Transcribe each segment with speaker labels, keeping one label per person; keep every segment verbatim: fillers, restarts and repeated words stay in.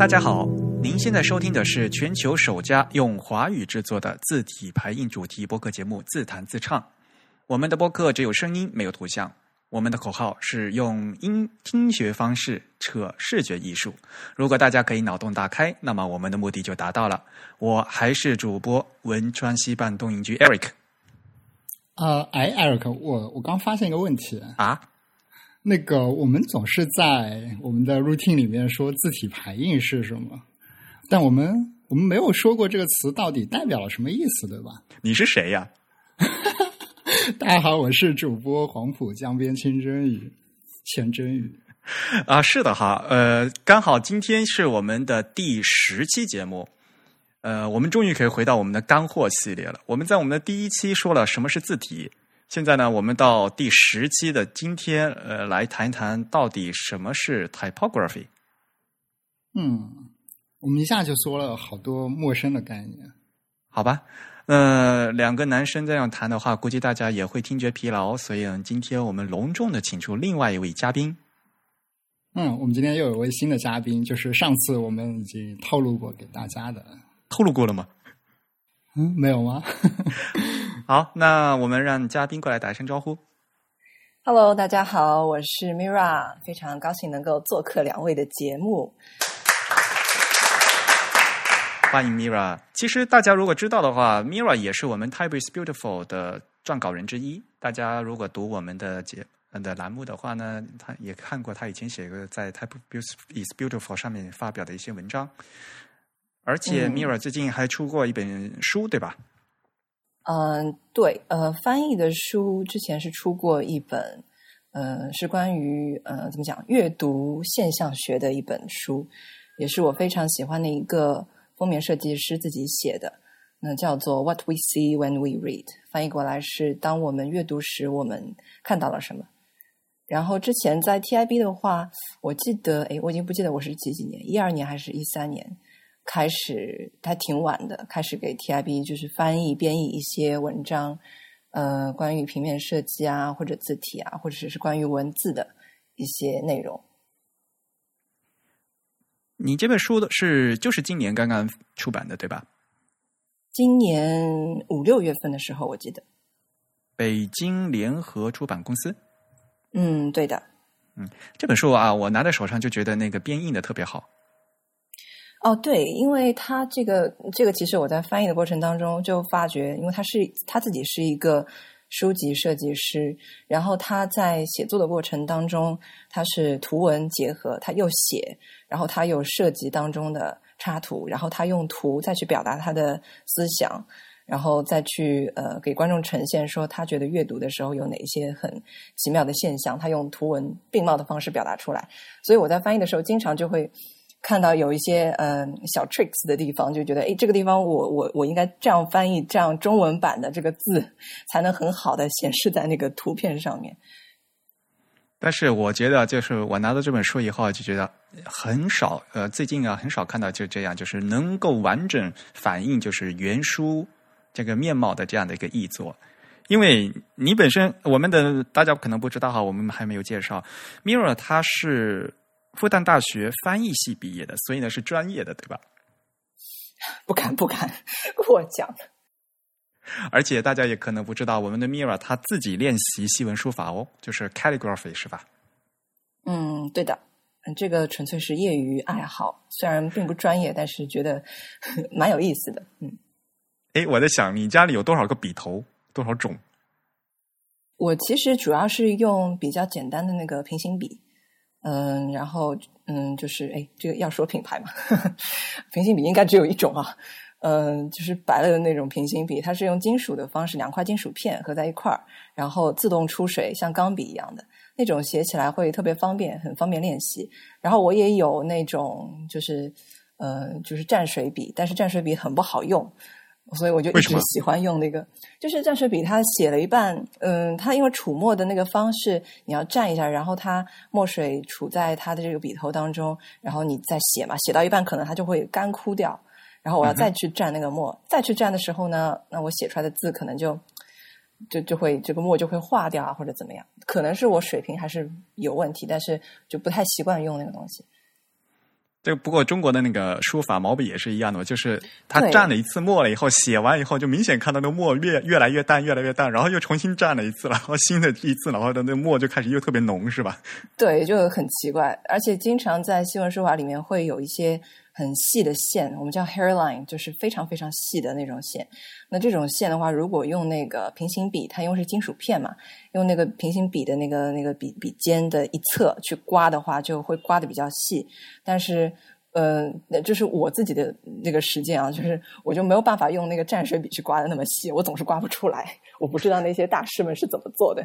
Speaker 1: 大家好，您现在收听的是全球首家用华语制作的字体排印主题播客节目《自弹自唱》。我们的播客只有声音，没有图像。我们的口号是用音听学方式扯视觉艺术。如果大家可以脑洞大开，那么我们的目的就达到了。我还是主播汶川西办东营局 Eric。
Speaker 2: 呃，哎 ，Eric， 我我刚发现一个问题
Speaker 1: 啊，
Speaker 2: 那个我们总是在我们的 routine 里面说字体排印是什么，但我们我们没有说过这个词到底代表了什么意思，对吧？
Speaker 1: 你是谁呀？
Speaker 2: 大家好，我是主播黄浦江边清真语钱真语
Speaker 1: 啊，是的哈，呃，刚好今天是我们的第十期节目，呃，我们终于可以回到我们的干货系列了。我们在我们的第一期说了什么是字体，现在呢，我们到第十期的今天，呃，来谈一谈到底什么是 typography。
Speaker 2: 嗯，我们一下就说了好多陌生的概念，
Speaker 1: 好吧。呃，两个男生这样谈的话，估计大家也会听觉疲劳，所以今天我们隆重的请出另外一位嘉宾。
Speaker 2: 嗯，我们今天又有位新的嘉宾，就是上次我们已经透露过给大家的。
Speaker 1: 透露过了吗？
Speaker 2: 嗯，没有吗？
Speaker 1: 好，那我们让嘉宾过来打一声招呼。
Speaker 3: Hello， 大家好，我是 Mira， 非常高兴能够做客两位的节目。
Speaker 1: 欢迎 Mira。其实大家如果知道的话 ，Mira 也是我们 Type is Beautiful 的撰稿人之一。大家如果读我们的节的栏目的话呢，他也看过他以前写过在 Type is Beautiful 上面发表的一些文章。而且 Mira 最近还出过一本书，嗯、对吧？
Speaker 3: 嗯，对，呃，翻译的书之前是出过一本，呃，是关于呃怎么讲阅读现象学的一本书，也是我非常喜欢的一个封面设计师自己写的，那叫做 What We See When We Read， 翻译过来是当我们阅读时我们看到了什么。然后之前在 T I B 的话，我记得，诶，我已经不记得我是几几年，一二年还是一三年开始，还挺晚的，开始给 T I B 就是翻译编译一些文章，呃，关于平面设计啊，或者字体啊，或者是关于文字的一些内容。
Speaker 1: 你这本书的是就是今年刚刚出版的，对吧？
Speaker 3: 今年五六月份的时候，我记得。
Speaker 1: 北京联合出版公司。
Speaker 3: 嗯，对的。
Speaker 1: 嗯，这本书啊，我拿在手上就觉得那个编印的特别好。
Speaker 3: 哦，对，因为他这个这个，其实我在翻译的过程当中就发觉，因为他是他自己是一个书籍设计师，然后他在写作的过程当中，他是图文结合，他又写，然后他又设计当中的插图，然后他用图再去表达他的思想，然后再去呃给观众呈现说他觉得阅读的时候有哪些很奇妙的现象，他用图文并茂的方式表达出来。所以我在翻译的时候经常就会看到有一些呃小 tricks 的地方，就觉得诶这个地方我我我应该这样翻译，这样中文版的这个字才能很好的显示在那个图片上面。
Speaker 1: 但是我觉得就是我拿到这本书以后就觉得很少呃最近啊很少看到就这样就是能够完整反映就是原书这个面貌的这样的一个译作。因为你本身我们的大家可能不知道哈，我们还没有介绍 Mira 他是复旦大学翻译系毕业的，所以呢是专业的，对吧？
Speaker 3: 不敢不敢过奖。
Speaker 1: 而且大家也可能不知道，我们的 Mira 他自己练习西文书法哦，就是 calligraphy 是吧？
Speaker 3: 嗯，对的，这个纯粹是业余爱好，虽然并不专业，但是觉得蛮有意思的。嗯，
Speaker 1: 哎，我在想你家里有多少个笔头，多少种？
Speaker 3: 我其实主要是用比较简单的那个平行笔。嗯，然后嗯，就是哎，这个要说品牌嘛，平行笔应该只有一种啊，嗯，就是白了的那种平行笔，它是用金属的方式，两块金属片合在一块儿，然后自动出水，像钢笔一样的那种，写起来会特别方便，很方便练习。然后我也有那种就是呃，就是蘸水笔，但是蘸水笔很不好用。所以我就一直喜欢用那个，就是蘸水笔，它写了一半，嗯，它因为储墨的那个方式，你要蘸一下，然后它墨水储在它的这个笔头当中，然后你再写嘛，写到一半可能它就会干枯掉，然后我要再去蘸那个墨，嗯、再去蘸的时候呢，那我写出来的字可能就就就会这个墨就会化掉啊，或者怎么样，可能是我水平还是有问题，但是就不太习惯用那个东西。
Speaker 1: 这不过中国的那个书法毛笔也是一样的，就是他蘸了一次墨了以后，写完以后就明显看到那个墨越越来越淡，越来越淡，然后又重新蘸了一次，然后新的一次，然后那个墨就开始又特别浓，是吧？
Speaker 3: 对，就很奇怪，而且经常在西文书法里面会有一些很细的线，我们叫 hairline， 就是非常非常细的那种线。那这种线的话，如果用那个平行笔，它因为是金属片嘛，用那个平行笔的那个那个笔笔尖的一侧去刮的话，就会刮得比较细。但是，呃，就是我自己的那个实践啊，就是我就没有办法用那个蘸水笔去刮的那么细，我总是刮不出来。我不知道那些大师们是怎么做的。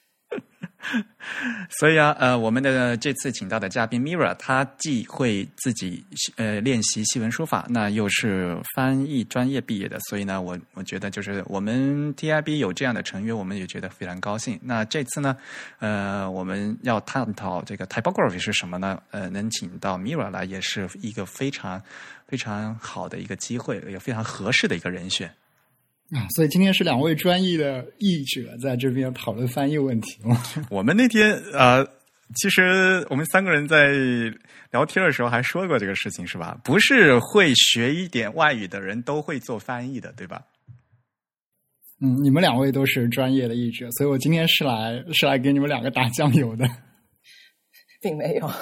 Speaker 1: 所以啊，呃，我们的这次请到的嘉宾 Mira， 他既会自己呃练习西文书法，那又是翻译专业毕业的，所以呢，我我觉得就是我们 T I B 有这样的成员，我们也觉得非常高兴。那这次呢，呃，我们要探讨这个 typography 是什么呢？呃，能请到 Mira 来，也是一个非常非常好的一个机会，也非常合适的一个人选。
Speaker 2: 啊，所以今天是两位专业的译者在这边讨论翻译问题吗？
Speaker 1: 我们那天呃，其实我们三个人在聊天的时候还说过这个事情，是吧？不是会学一点外语的人都会做翻译的，对吧？
Speaker 2: 嗯，你们两位都是专业的译者，所以我今天是来是来给你们两个打酱油的，
Speaker 3: 并没有。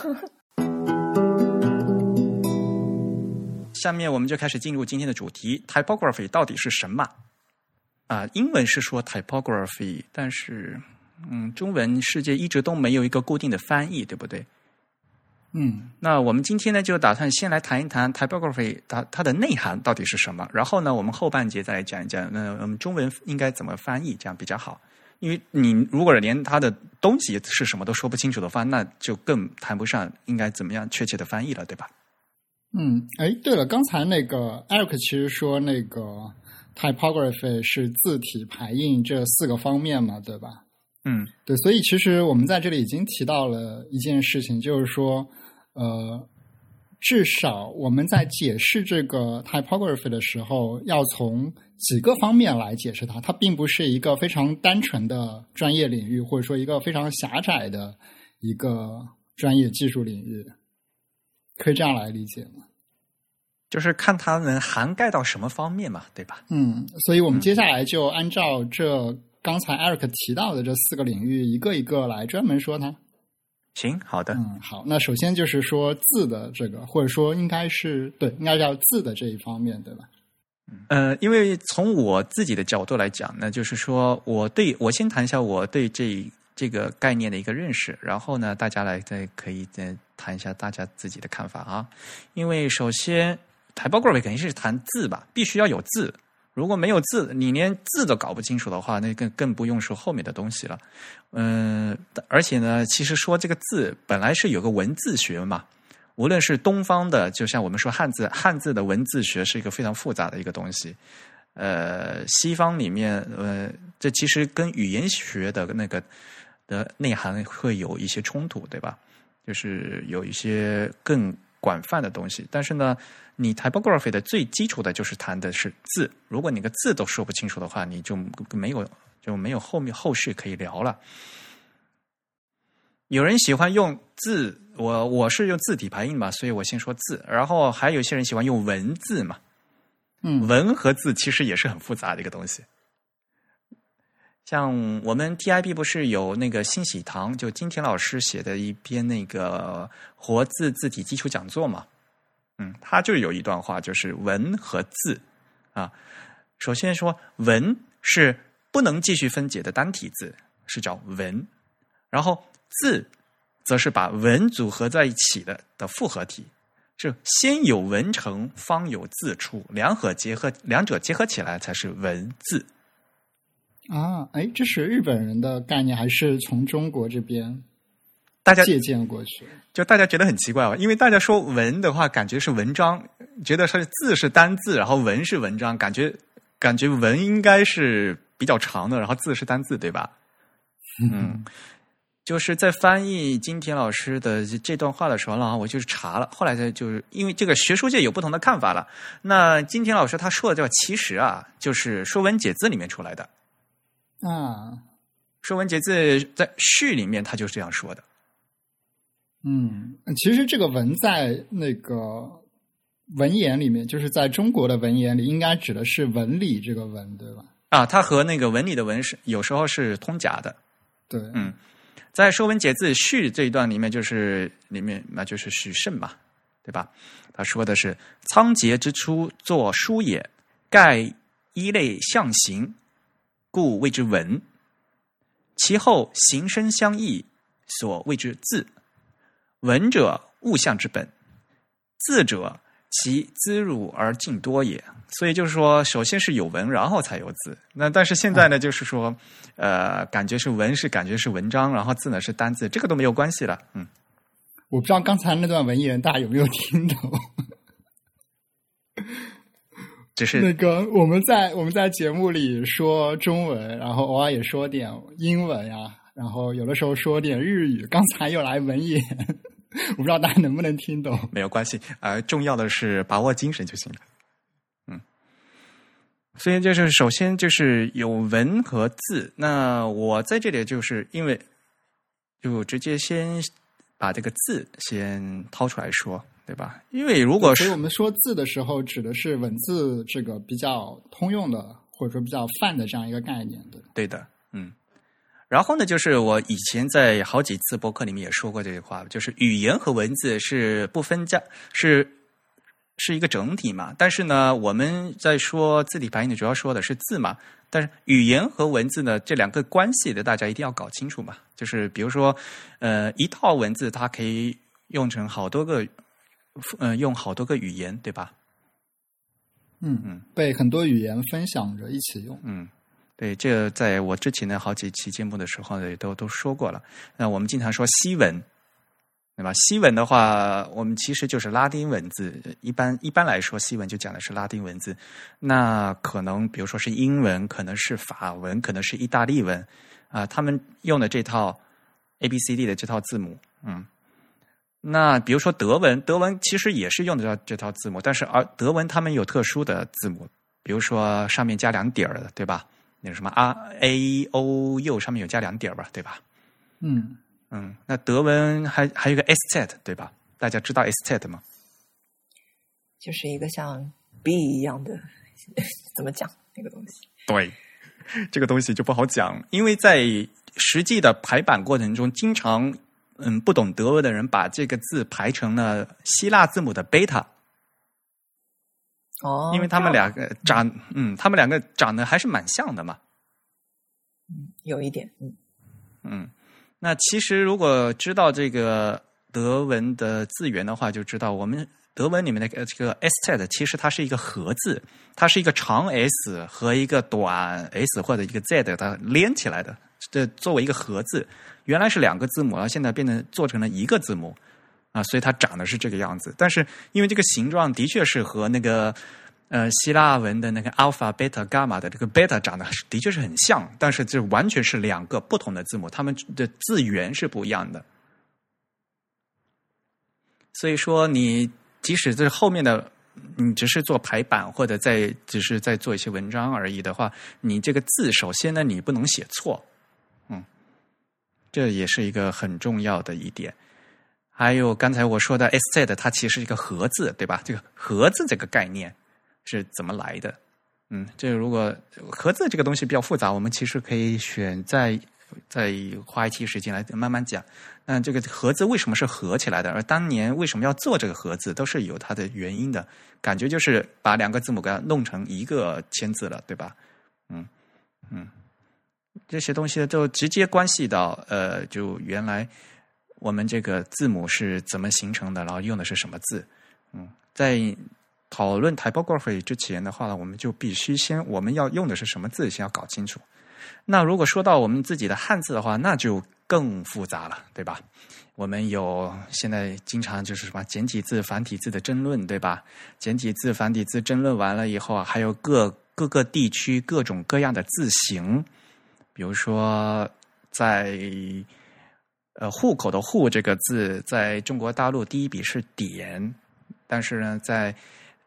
Speaker 1: 下面我们就开始进入今天的主题 ，typography 到底是什么？啊，英文是说 typography， 但是，嗯，中文世界一直都没有一个固定的翻译，对不对？
Speaker 2: 嗯，
Speaker 1: 那我们今天呢，就打算先来谈一谈 typography 它它的内涵到底是什么，然后呢，我们后半节再来讲一讲，那我们中文应该怎么翻译，这样比较好。因为你如果连它的东西是什么都说不清楚的话，那就更谈不上应该怎么样确切的翻译了，对吧？
Speaker 2: 嗯，哎，对了，刚才那个 Eric 其实说那个。typography 是字体排印这四个方面嘛，对吧？
Speaker 1: 嗯，
Speaker 2: 对，所以其实我们在这里已经提到了一件事情，就是说，呃，至少我们在解释这个 typography 的时候，要从几个方面来解释它。它并不是一个非常单纯的专业领域，或者说一个非常狭窄的一个专业技术领域，可以这样来理解吗？
Speaker 1: 就是看它能涵盖到什么方面嘛，对吧？
Speaker 2: 嗯，所以我们接下来就按照这刚才 Eric 提到的这四个领域，一个一个来专门说它。
Speaker 1: 行，好的。
Speaker 2: 嗯，好，那首先就是说字的这个，或者说应该是对，应该叫字的这一方面，对吧？
Speaker 1: 呃，因为从我自己的角度来讲呢，就是说我对我先谈一下我对这这个概念的一个认识，然后呢，大家来再可以再谈一下大家自己的看法啊。因为首先typography 肯定是谈字吧，必须要有字。如果没有字，你连字都搞不清楚的话，那更更不用说后面的东西了。嗯、呃，而且呢，其实说这个字本来是有个文字学嘛，无论是东方的，就像我们说汉字，汉字的文字学是一个非常复杂的一个东西。呃，西方里面，呃，这其实跟语言学的那个的内涵会有一些冲突，对吧？就是有一些更广泛的东西，但是呢，你 typography 的最基础的就是谈的是字。如果你个字都说不清楚的话，你就没有就没有后面后续可以聊了。有人喜欢用字，我我是用字体排印嘛，所以我先说字。然后还有一些人喜欢用文字嘛，
Speaker 2: 嗯，
Speaker 1: 文和字其实也是很复杂的一个东西。像我们 T I B 不是有那个新喜堂，就金田老师写的一篇那个活字字体基础讲座嘛，嗯，他就有一段话，就是文和字啊。首先说文是不能继续分解的单体字，是叫文，然后字则是把文组合在一起的的复合体，是先有文成，方有字出，两者结合，两者结合起来才是文字。
Speaker 2: 啊，哎，这是日本人的概念，还是从中国这边
Speaker 1: 大家
Speaker 2: 借鉴过去？
Speaker 1: 就大家觉得很奇怪哦，因为大家说文的话，感觉是文章，觉得是字是单字，然后文是文章，感觉感觉文应该是比较长的，然后字是单字，对吧？嗯，就是在翻译金田老师的这段话的时候，然后我就是查了，后来才就是因为这个学术界有不同的看法了。那金田老师他说的叫其实啊，就是《说文解字》里面出来的。
Speaker 2: 啊，
Speaker 1: 说文解字在序里面他就是这样说的。
Speaker 2: 嗯，其实这个文在那个文言里面，就是在中国的文言里，应该指的是文理这个文，对吧？
Speaker 1: 啊，它和那个文理的文是有时候是通假的。
Speaker 2: 对，
Speaker 1: 嗯，在《说文解字》序这一段里面，就是里面那就是许慎嘛，对吧？他说的是“仓颉之初，作书也，盖一类象形，故谓之文。其后形声相异，所谓之字。文者，物象之本；字者，其滋入而尽多也。”所以就是说，首先是有文，然后才有字。那但是现在呢，就是说，呃，感觉是文是感觉是文章，然后字呢是单字，这个都没有关系了。嗯，
Speaker 2: 我不知道刚才那段文言大家有没有听懂？
Speaker 1: 只是
Speaker 2: 那个我们在我们在节目里说中文，然后偶尔也说点英文呀，然后有的时候说点日语。刚才又来文言，我不知道大家能不能听懂。
Speaker 1: 没有关系，呃，重要的是把握精神就行了。嗯，所以就是首先就是有文和字。那我在这里就是因为就直接先把这个字先掏出来说。对吧？因为如果是，
Speaker 2: 所以我们说字的时候，指的是文字这个比较通用的，或者说比较泛的这样一个概念，对。
Speaker 1: 对的，嗯。然后呢，就是我以前在好几次播客里面也说过这句话，就是语言和文字是不分家，是是一个整体嘛。但是呢，我们在说字体排印的主要说的是字嘛，但是语言和文字呢这两个关系的，大家一定要搞清楚嘛。就是比如说，呃，一套文字它可以用成好多个。呃，用好多个语言，对吧？
Speaker 2: 嗯嗯，被很多语言分享着一起用。
Speaker 1: 嗯，对，这个在我之前的好几期节目的时候也都都说过了。那我们经常说西文，对吧？西文的话，我们其实就是拉丁文字。一般一般来说，西文就讲的是拉丁文字。那可能比如说是英文，可能是法文，可能是意大利文啊、呃，他们用的这套 A B C D 的这套字母，嗯。那比如说德文，德文其实也是用的这套字母，但是而德文他们有特殊的字母，比如说上面加两点的，对吧？那个什么 R A O U 上面有加两点吧，对吧？
Speaker 2: 嗯
Speaker 1: 嗯，那德文还还有一个 S Z， 对吧？大家知道 S Z 吗？
Speaker 3: 就是一个像 B 一样的，怎么讲那个东西？
Speaker 1: 对，这个东西就不好讲，因为在实际的排版过程中，经常。嗯，不懂德文的人把这个字排成了希腊字母的贝塔。
Speaker 3: 哦，
Speaker 1: 因为他们两个长，嗯，他们两个长得还是蛮像的嘛。
Speaker 3: 嗯，有一点，嗯
Speaker 1: 嗯。那其实如果知道这个德文的字源的话，就知道我们德文里面的这个 S Z 其实它是一个合字，它是一个长 S 和一个短 S 或者一个 Z 它连起来的，这作为一个合字。原来是两个字母，然后现在变成做成了一个字母啊，所以它长得是这个样子。但是因为这个形状的确是和那个呃希腊文的那个 alpha、beta、gamma 的这个 beta 长得的确是很像，但是这完全是两个不同的字母，它们的字源是不一样的。所以说，你即使这后面的你只是做排版或者在只是在做一些文章而已的话，你这个字首先呢，你不能写错。这也是一个很重要的一点。还有刚才我说的 S Z， 它其实是一个合字，对吧？这个合字这个概念是怎么来的？嗯，这如果合字这个东西比较复杂，我们其实可以选再再花一期时间来慢慢讲。那这个合字为什么是合起来的？而当年为什么要做这个合字，都是有它的原因的。感觉就是把两个字母给它弄成一个签字了，对吧？嗯嗯。这些东西都直接关系到呃，就原来我们这个字母是怎么形成的，然后用的是什么字。嗯，在讨论 typography 之前的话呢，我们就必须先我们要用的是什么字，先要搞清楚。那如果说到我们自己的汉字的话，那就更复杂了，对吧？我们有现在经常就是什么简体字、繁体字的争论，对吧？简体字、繁体字争论完了以后啊，还有各各个地区各种各样的字形。比如说，在呃户口的户这个字，在中国大陆第一笔是点，但是呢，在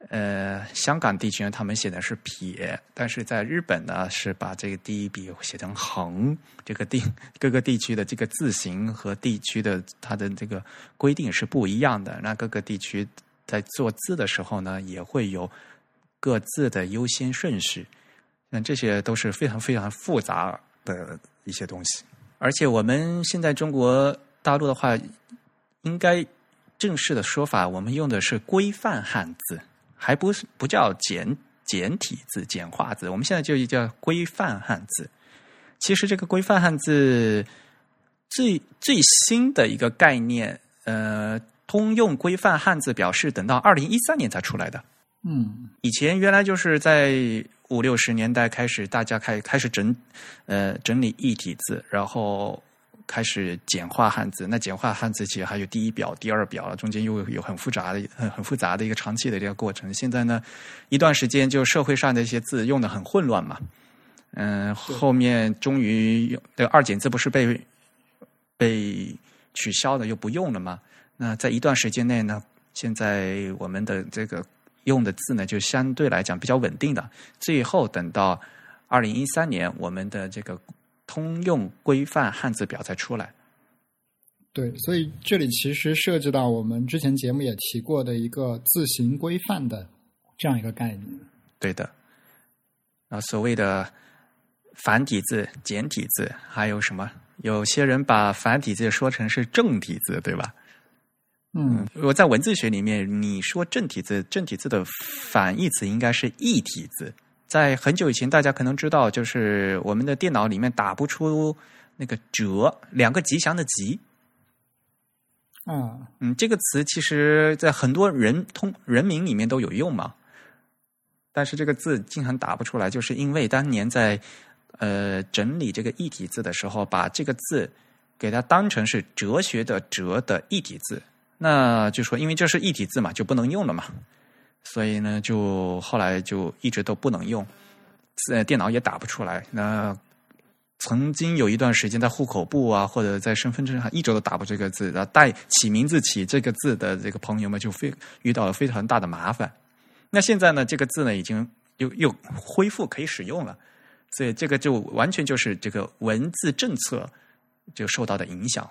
Speaker 1: 呃，香港地区呢，他们写的是撇，但是在日本呢，是把这个第一笔写成横。这个地各个地区的这个字形和地区的它的这个规定是不一样的。那各个地区在做字的时候呢，也会有各自的优先顺序。那这些都是非常非常复杂的一些东西。而且我们现在中国大陆的话，应该正式的说法，我们用的是规范汉字，还不是不叫简简体字、简化字，我们现在就叫规范汉字。其实这个规范汉字最最新的一个概念，呃，通用规范汉字表是等到二零一三年才出来的。
Speaker 2: 嗯，
Speaker 1: 以前原来就是在五六十年代开始，大家开开始整呃整理异体字，然后开始简化汉字。那简化汉字其实还有第一表、第二表，中间又有很复杂的、很很复杂的一个长期的这个过程。现在呢，一段时间就社会上的一些字用得很混乱嘛。嗯、呃，后面终于这个二简字不是被被取消了，又不用了嘛？那在一段时间内呢，现在我们的这个用的字呢，就相对来讲比较稳定的。最后等到二零一三年，我们的这个通用规范汉字表才出来。
Speaker 2: 对，所以这里其实涉及到我们之前节目也提过的一个字形规范的这样一个概念。
Speaker 1: 对的。啊，所谓的繁体字、简体字，还有什么？有些人把繁体字说成是正体字，对吧？
Speaker 2: 嗯，
Speaker 1: 我在文字学里面，你说正体字，正体字的反义词应该是异体字。在很久以前，大家可能知道，就是我们的电脑里面打不出那个折，两个吉祥的吉。
Speaker 2: 啊，
Speaker 1: 嗯，这个词其实在很多人通人名里面都有用嘛，但是这个字经常打不出来，就是因为当年在呃整理这个异体字的时候，把这个字给它当成是哲学的哲的异体字。那就说因为这是异体字嘛，就不能用了嘛，所以呢就后来就一直都不能用，呃电脑也打不出来。那曾经有一段时间在户口簿啊或者在身份证上一直都打不出这个字，然后带起名字起这个字的这个朋友们就非遇到了非常大的麻烦。那现在呢这个字呢已经又又恢复可以使用了，所以这个就完全就是这个文字政策就受到的影响。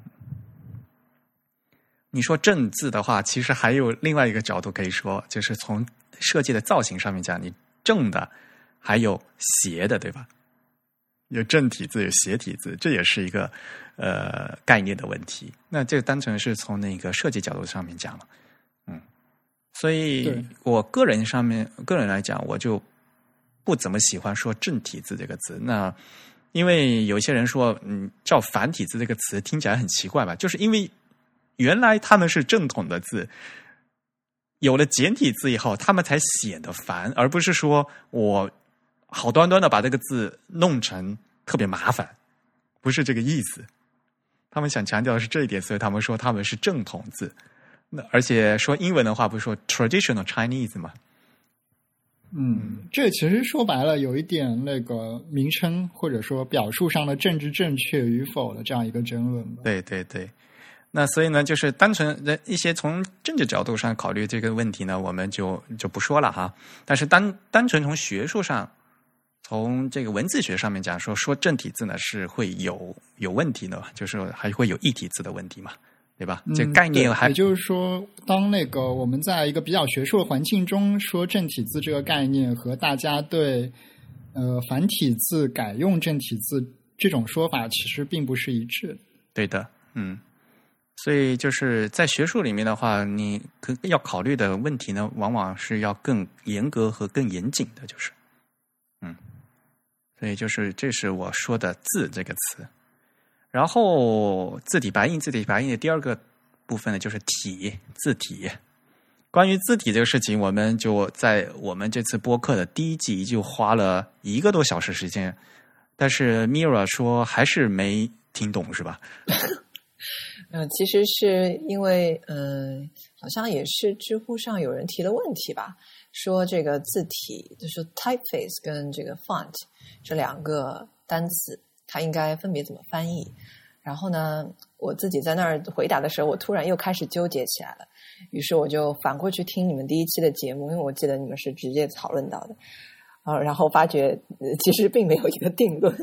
Speaker 1: 你说正字的话，其实还有另外一个角度可以说，就是从设计的造型上面讲，你正的还有斜的，对吧？有正体字，有斜体字，这也是一个呃概念的问题。那这个单纯是从那个设计角度上面讲了，嗯，所以我个人上面个人来讲，我就不怎么喜欢说正体字这个字。那因为有些人说，嗯，叫繁体字这个词听起来很奇怪吧，就是因为原来他们是正统的字，有了简体字以后，他们才显得繁，而不是说我好端端的把这个字弄成特别麻烦，不是这个意思。他们想强调的是这一点，所以他们说他们是正统字。那而且说英文的话，不是说 traditional Chinese 吗？
Speaker 2: 嗯，这其实说白了有一点那个名称或者说表述上的政治正确与否的这样一个争论吧。
Speaker 1: 对对对。那所以呢，就是单纯的一些从政治角度上考虑这个问题呢，我们就就不说了哈。但是单单纯从学术上，从这个文字学上面讲，说说正体字呢是会有有问题的，就是还会有异体字的问题嘛，对吧？
Speaker 2: 嗯、
Speaker 1: 这概念还
Speaker 2: 也就是说，当那个我们在一个比较学术的环境中说正体字这个概念，和大家对呃繁体字改用正体字这种说法，其实并不是一致的。
Speaker 1: 对的，嗯。所以就是在学术里面的话，你要考虑的问题呢，往往是要更严格和更严谨的，就是，嗯，所以就是这是我说的字这个词。然后字体白印，字体白印的第二个部分呢，就是体字体。关于字体这个事情，我们就在我们这次播客的第一季就花了一个多小时时间，但是 Mira 说还是没听懂，是吧？
Speaker 3: 嗯，其实是因为，嗯，好像也是知乎上有人提了问题吧，说这个字体就是 typeface 跟这个 font 这两个单词，它应该分别怎么翻译？然后呢， 我自己在那儿回答的时候，我突然又开始纠结起来了。于是我就反过去听你们第一期的节目，因为我记得你们是直接讨论到的，啊，然后发觉、呃、其实并没有一个定论。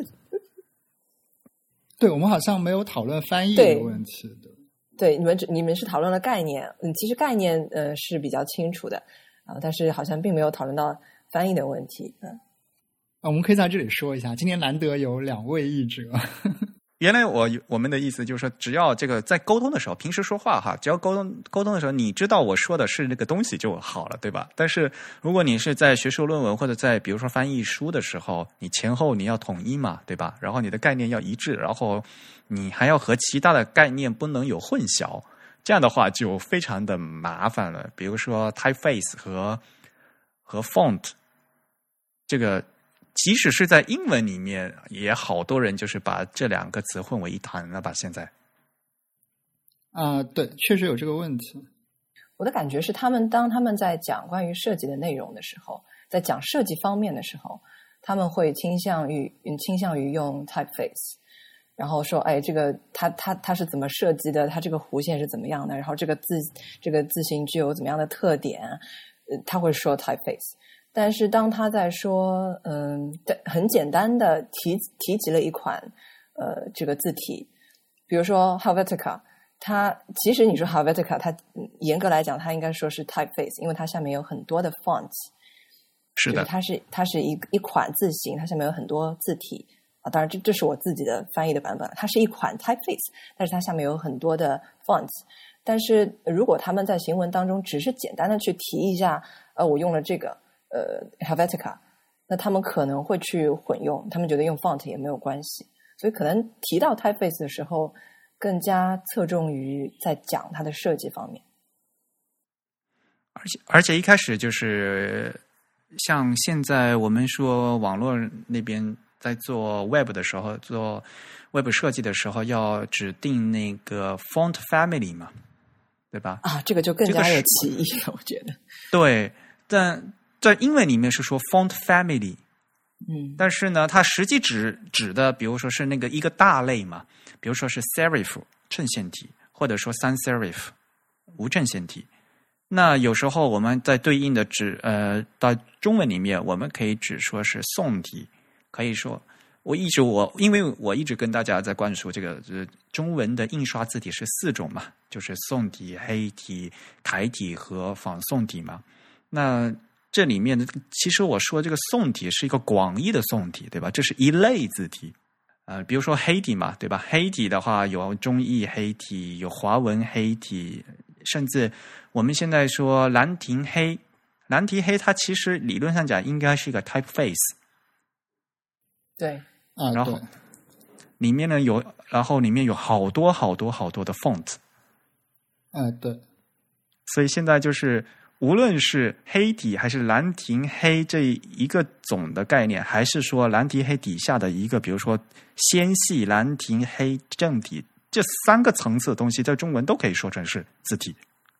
Speaker 2: 对，我们好像没有讨论翻译的问题的。
Speaker 3: 对，你们你们是讨论了概念，嗯，其实概念呃是比较清楚的啊、呃，但是好像并没有讨论到翻译的问题，嗯。
Speaker 2: 啊，我们可以在这里说一下，今天难得有两位译者。
Speaker 1: 原来我我们的意思就是说，只要这个在沟通的时候，平时说话哈，只要沟通沟通的时候，你知道我说的是那个东西就好了，对吧？但是如果你是在学术论文或者在比如说翻译书的时候，你前后你要统一嘛，对吧？然后你的概念要一致，然后你还要和其他的概念不能有混淆，这样的话就非常的麻烦了。比如说 typeface 和和 font 这个。即使是在英文里面，也好多人就是把这两个词混为一谈了吧？现在
Speaker 2: 啊、呃，对，确实有这个问题。
Speaker 3: 我的感觉是，他们当他们在讲关于设计的内容的时候，在讲设计方面的时候，他们会倾向于倾向于用 typeface， 然后说，哎，这个它它它是怎么设计的？它这个弧线是怎么样的？然后这个字这个字形具有怎么样的特点？呃，他会说 typeface。但是当他在说嗯很简单的提提及了一款呃这个字体，比如说 Helvetica， 它其实你说 Helvetica 它严格来讲它应该说是 typeface， 因为它下面有很多的 fonts，
Speaker 1: 是的，
Speaker 3: 它是它是一一款字型，它下面有很多字体啊，当然这这是我自己的翻译的版本，它是一款 typeface， 但是它下面有很多的 fonts。但是如果他们在行文当中只是简单的去提一下呃我用了这个呃 Helvetica， 那他们可能会去混用，他们觉得用 font 也没有关系，所以可能提到 typeface 的时候更加侧重于在讲它的设计方面。
Speaker 1: 而且而且一开始就是像现在我们说网络那边在做 web 的时候，做 web 设计的时候要指定那个 font family 嘛，对吧？
Speaker 3: 啊，这个就更加有歧义了，我觉得。
Speaker 1: 对，但在英文里面是说 font family，
Speaker 3: 嗯，
Speaker 1: 但是呢，它实际指指的，比如说是那个一个大类嘛，比如说是 serif 衬线体，或者说 sans serif 无衬线体。那有时候我们在对应的指呃到中文里面，我们可以指说是宋体，可以说我一直我因为我一直跟大家在灌输这个、呃、中文的印刷字体是四种嘛，就是宋体、黑体、楷体和仿宋体嘛。那这里面的其实我说这个宋体是一个广义的宋体，对吧？这是一类字体，呃，比如说黑体嘛，对吧？黑体的话有中译黑体，有华文黑体，甚至我们现在说兰亭黑，兰亭黑它其实理论上讲应该是一个 typeface，
Speaker 3: 对，
Speaker 2: 啊，
Speaker 1: 然后里面呢有，然后里面有好多好多好多的 font，
Speaker 2: 啊，对，
Speaker 1: 所以现在就是。无论是黑体还是兰亭黑这一个总的概念，还是说兰亭黑底下的一个，比如说纤细兰亭黑正体，这三个层次的东西，在中文都可以说成是字体。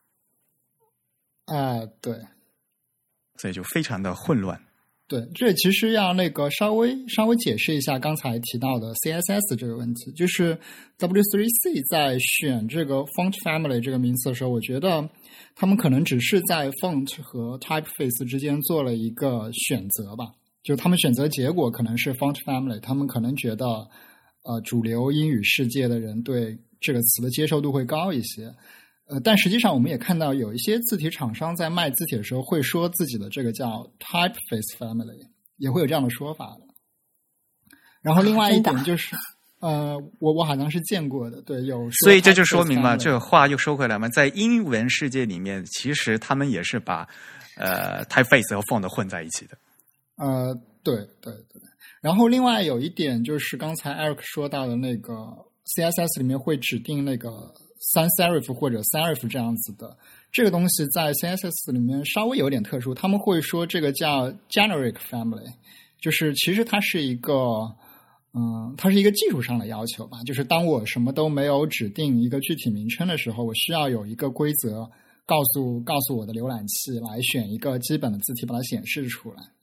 Speaker 2: 啊，对，
Speaker 1: 所以就非常的混乱。
Speaker 2: 对，这其实要那个稍微稍微解释一下刚才提到的 C S S 这个问题，就是 W 三 C 在选这个 font family 这个名词的时候，我觉得他们可能只是在 font 和 typeface 之间做了一个选择吧，就他们选择结果可能是 font family， 他们可能觉得呃主流英语世界的人对这个词的接受度会高一些。呃，但实际上我们也看到有一些字体厂商在卖字体的时候会说自己的这个叫 typeface family， 也会有这样的说法的。然后另外一点就是，呃，我我好像是见过的，对，有。
Speaker 1: 所以这就说明了，这个话又说回来嘛，在英文世界里面，其实他们也是把呃 typeface 和 font 混在一起的。
Speaker 2: 呃，对对对。然后另外有一点就是刚才 Eric 说到的那个 C S S 里面会指定那个sans serif 或者 serif 这样子的，这个东西在 C S S 里面稍微有点特殊，他们会说这个叫 generic family， 就是其实它是一个嗯，它是一个技术上的要求吧，就是当我什么都没有指定一个具体名称的时候，我需要有一个规则告诉告诉我的浏览器来选一个基本的字体把它显示出来。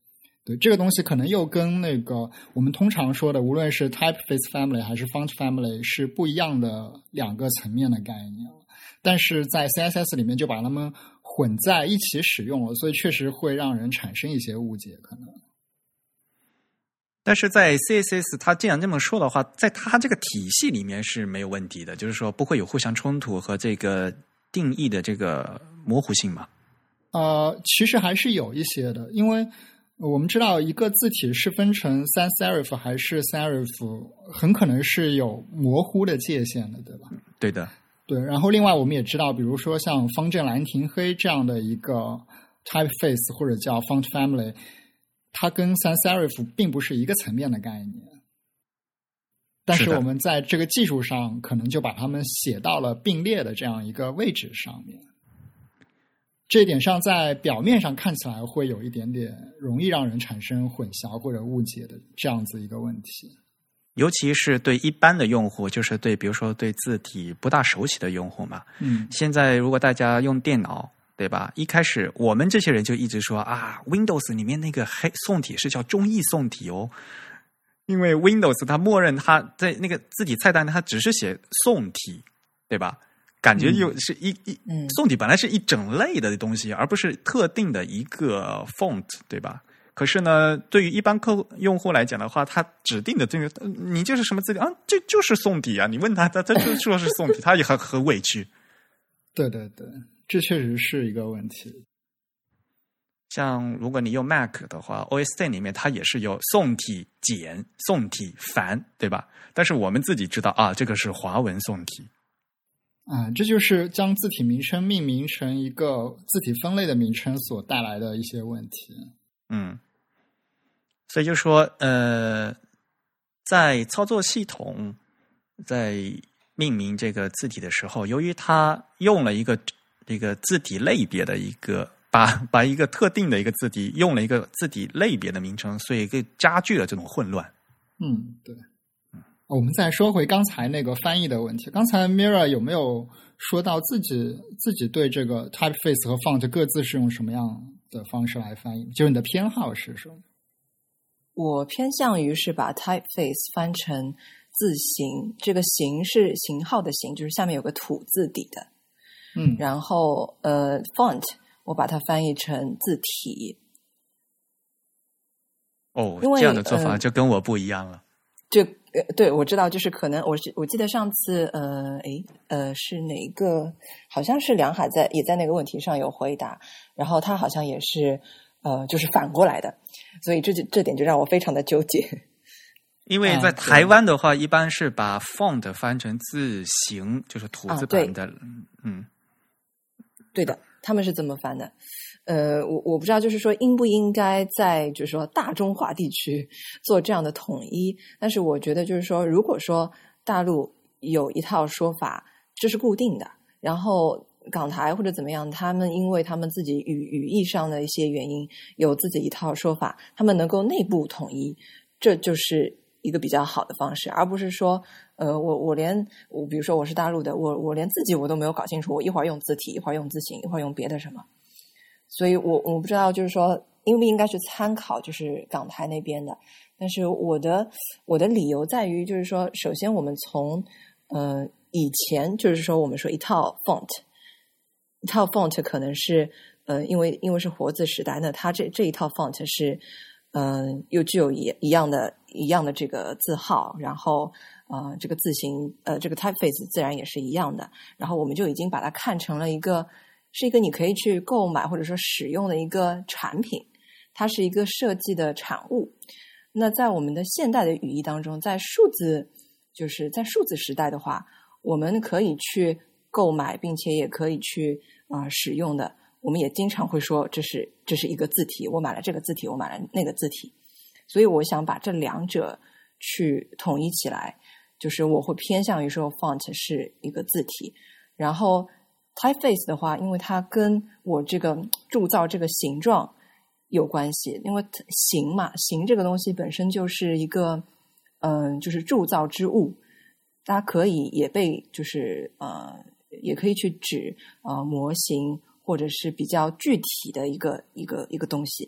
Speaker 2: 对，这个东西可能又跟那个我们通常说的，无论是 typeface family 还是 font family 是不一样的两个层面的概念了。但是在 C S S 里面就把它们混在一起使用了，所以确实会让人产生一些误解可能。
Speaker 1: 但是在 C S S 它既然这么说的话，在它这个体系里面是没有问题的，就是说不会有互相冲突和这个定义的这个模糊性嘛？
Speaker 2: 呃，其实还是有一些的，因为我们知道一个字体是分成三 serif 还是 serif， 很可能是有模糊的界限的，对吧？
Speaker 1: 对的。
Speaker 2: 对，然后另外我们也知道，比如说像方正兰亭黑这样的一个 typeface 或者叫 font family， 它跟 sans serif 并不是一个层面的概念，但是我们在这个技术上可能就把它们写到了并列的这样一个位置上面。这一点上在表面上看起来会有一点点容易让人产生混淆或者误解的这样子一个问题，
Speaker 1: 尤其是对一般的用户，就是对比如说对字体不大熟悉的用户嘛。嗯，现在如果大家用电脑，对吧？一开始我们这些人就一直说啊 ，Windows 里面那个黑宋体是叫中译宋体哦，因为 Windows 它默认它在那个字体菜单它只是写宋体，对吧？感觉又是一、嗯、一宋体本来是一整类的东西，而不是特定的一个 font， 对吧？可是呢，对于一般客户用户来讲的话，他指定的这个你这是什么字体啊？这就是宋体啊！你问他，他他就说是宋体，他也很很委屈。
Speaker 2: 对对对，这确实是一个问题。
Speaker 1: 像如果你用 Mac 的话 ，O S X 里面它也是有宋体简、宋体繁，对吧？但是我们自己知道啊，这个是华文宋体。
Speaker 2: 啊，这就是将字体名称命名成一个字体分类的名称所带来的一些问题。
Speaker 1: 嗯，所以就说，呃，在操作系统在命名这个字体的时候，由于它用了一个这个字体类别的一个，把把一个特定的一个字体用了一个字体类别的名称，所以给加剧了这种混乱。
Speaker 2: 嗯，对。我们再说回刚才那个翻译的问题，刚才 Mira 有没有说到自己自己对这个 typeface 和 font 各自是用什么样的方式来翻译？就是你的偏好是什么？
Speaker 3: 我偏向于是把 typeface 翻成字形，这个形是型号的形，就是下面有个土字底的。
Speaker 2: 嗯，
Speaker 3: 然后呃 font 我把它翻译成字体。
Speaker 1: 哦，这样的做法就跟我不一样了。
Speaker 3: 就呃，对，我知道，就是可能我我记得上次呃，诶呃，是哪个？好像是梁海在也在那个问题上有回答，然后他好像也是呃，就是反过来的，所以这就这点就让我非常的纠结。
Speaker 1: 因为在台湾的话，一般是把 font 翻成字形，就是土字版的，啊、嗯，
Speaker 3: 对的，他们是这么翻的。呃，我我不知道，就是说应不应该在就是说大中华地区做这样的统一，但是我觉得就是说，如果说大陆有一套说法，这是固定的，然后港台或者怎么样，他们因为他们自己语语义上的一些原因，有自己一套说法，他们能够内部统一，这就是一个比较好的方式，而不是说，呃，我我连我比如说我是大陆的，我我连自己我都没有搞清楚，我一会儿用字体，一会儿用字形，一会儿用别的什么。所以我我不知道就是说应不应该去参考就是港台那边的，但是我的我的理由在于就是说，首先我们从呃以前就是说我们说一套 font 一套 font 可能是呃因为因为是活字时代，那它这这一套 font 是嗯、呃、又具有一一样的一样的这个字号，然后呃这个字形呃这个 typeface 自然也是一样的，然后我们就已经把它看成了一个是一个你可以去购买或者说使用的一个产品，它是一个设计的产物。那在我们的现代的语义当中，在数字就是在数字时代的话，我们可以去购买并且也可以去啊、呃、使用的，我们也经常会说这是这是一个字体，我买了这个字体，我买了那个字体。所以我想把这两者去统一起来，就是我会偏向于说 font 是一个字体，然后typeface 的话，因为它跟我这个铸造这个形状有关系，因为形嘛，形这个东西本身就是一个嗯、呃，就是铸造之物，它可以也被就是呃，也可以去指呃模型或者是比较具体的一个一个一个东西。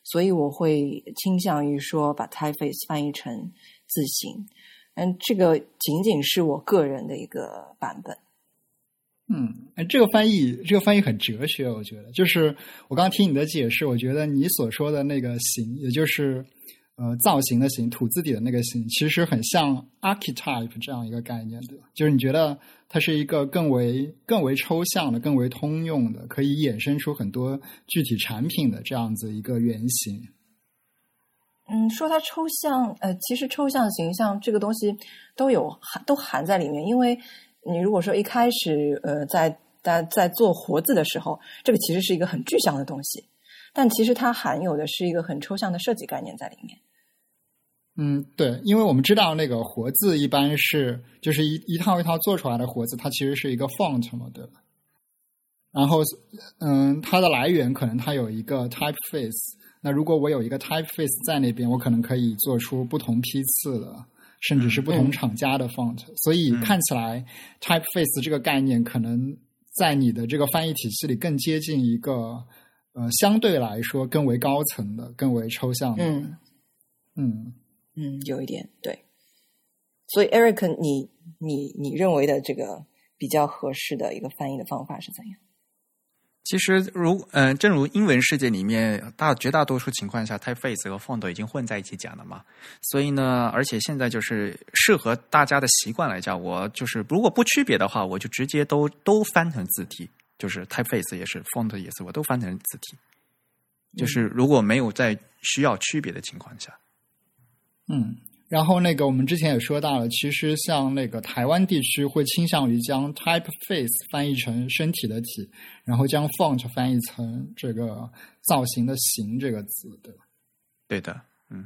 Speaker 3: 所以我会倾向于说把 typeface 翻译成字形。嗯，这个仅仅是我个人的一个版本。
Speaker 2: 嗯，这个翻译，这个翻译很哲学，我觉得。就是我刚刚听你的解释，我觉得你所说的那个形，也就是呃造型的形，土字底的那个形，其实很像 archetype 这样一个概念的。就是你觉得它是一个更为更为抽象的、更为通用的，可以衍生出很多具体产品的这样子一个原型。
Speaker 3: 嗯，说它抽象，呃，其实抽象形象这个东西都有含都含在里面，因为你如果说一开始，呃，在在在做活字的时候，这个其实是一个很具象的东西，但其实它含有的是一个很抽象的设计概念在里面。
Speaker 2: 嗯，对，因为我们知道那个活字一般是就是一一套一套做出来的活字，它其实是一个 font 嘛，对吧？然后，嗯，它的来源可能它有一个 typeface。那如果我有一个 typeface 在那边，我可能可以做出不同批次的，甚至是不同厂家的 font。嗯、所以看起来 typeface 这个概念可能在你的这个翻译体系里更接近一个呃相对来说更为高层的、更为抽象的。
Speaker 3: 嗯
Speaker 2: 嗯
Speaker 3: 嗯，有一点对。所以 Eric， 你你你认为的这个比较合适的一个翻译的方法是怎样？
Speaker 1: 其实如嗯、呃，正如英文世界里面大绝大多数情况下 typeface 和 font 已经混在一起讲了嘛，所以呢，而且现在就是适合大家的习惯来讲，我就是如果不区别的话，我就直接都都翻成字体，就是 typeface 也是 font 也是，我都翻成字体，就是如果没有在需要区别的情况下。
Speaker 2: 嗯，然后那个我们之前也说到了，其实像那个台湾地区会倾向于将 typeface 翻译成身体的体，然后将 font 翻译成这个造型的形这个字，对吧？
Speaker 1: 对的，嗯。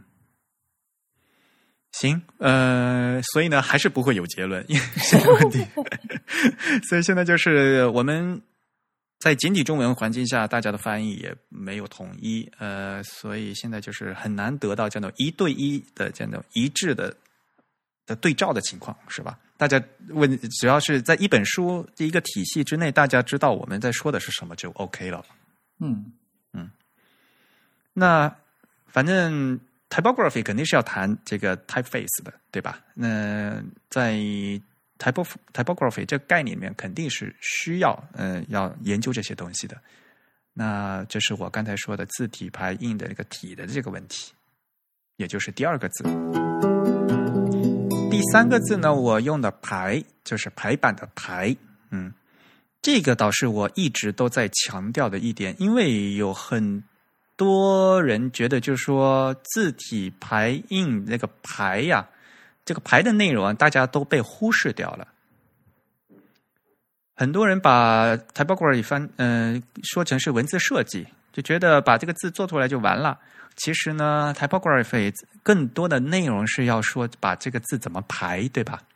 Speaker 1: 行，呃，所以呢，还是不会有结论，因为这个问题。所以现在就是我们在简体中文环境下，大家的翻译也没有统一，呃，所以现在就是很难得到这样的一对一的这样的一致的的对照的情况，是吧？大家问，只要是在一本书一个体系之内，大家知道我们在说的是什么就 OK 了。
Speaker 2: 嗯
Speaker 1: 嗯，那反正 typography 肯定是要谈这个 typeface 的，对吧？那在typography 这个概念里面肯定是需要嗯、呃、要研究这些东西的。那这是我刚才说的字体排印的这个体的这个问题，也就是第二个字。第三个字呢，我用的排就是排版的排，嗯，这个倒是我一直都在强调的一点，因为有很多人觉得就是说字体排印那个排呀，这个排的内容啊，大家都被忽视掉了。很多人把 typography 翻嗯、呃、说成是文字设计，就觉得把这个字做出来就完了。其实呢 typography 更多的内容是要说把这个字怎么排，对吧？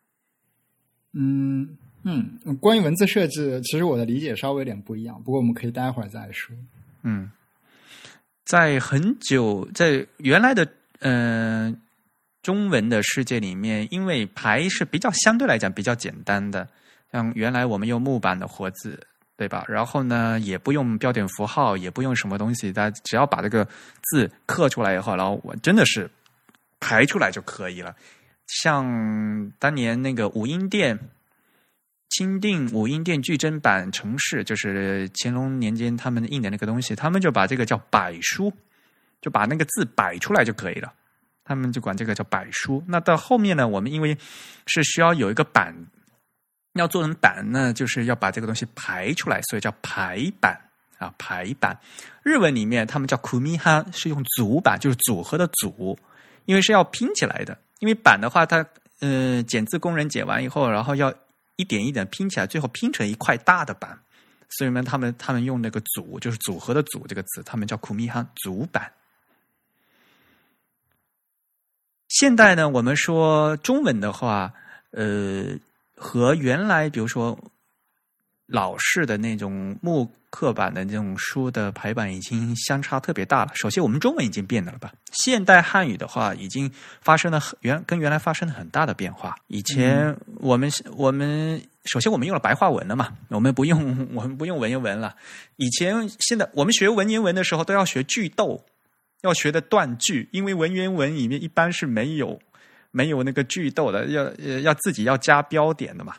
Speaker 2: 嗯嗯，关于文字设计，其实我的理解稍微有点不一样，不过我们可以待会儿再说。
Speaker 1: 嗯，在很久在原来的嗯、呃、中文的世界里面，因为排是比较相对来讲比较简单的，像原来我们用木板的活字，对吧？然后呢，也不用标点符号，也不用什么东西，大家只要把这个字刻出来以后，然后我真的是排出来就可以了。像当年那个武英殿钦定武英殿矩阵版程式，就是乾隆年间他们印的那个东西，他们就把这个叫摆书，就把那个字摆出来就可以了，他们就管这个叫摆书。那到后面呢，我们因为是需要有一个版，要做成版呢，就是要把这个东西排出来，所以叫排版啊，排版。日文里面他们叫 kumiha， 是用组版，就是组合的组，因为是要拼起来的。因为版的话，它呃剪字工人剪完以后，然后要一点一点拼起来，最后拼成一块大的版。所以呢，他们他们用那个组，就是组合的组这个词，他们叫 kumiha 组版。现代呢，我们说中文的话，呃。和原来比如说老式的那种木刻版的那种书的排版已经相差特别大了。首先我们中文已经变了吧，现代汉语的话已经发生了原跟原来发生了很大的变化。以前我们、嗯、我们首先我们用了白话文了嘛，我们不用我们不用文言文了。以前现在我们学文言文的时候都要学句读， 要学的断句，因为文言文里面一般是没有没有那个句逗的，要要自己要加标点的嘛。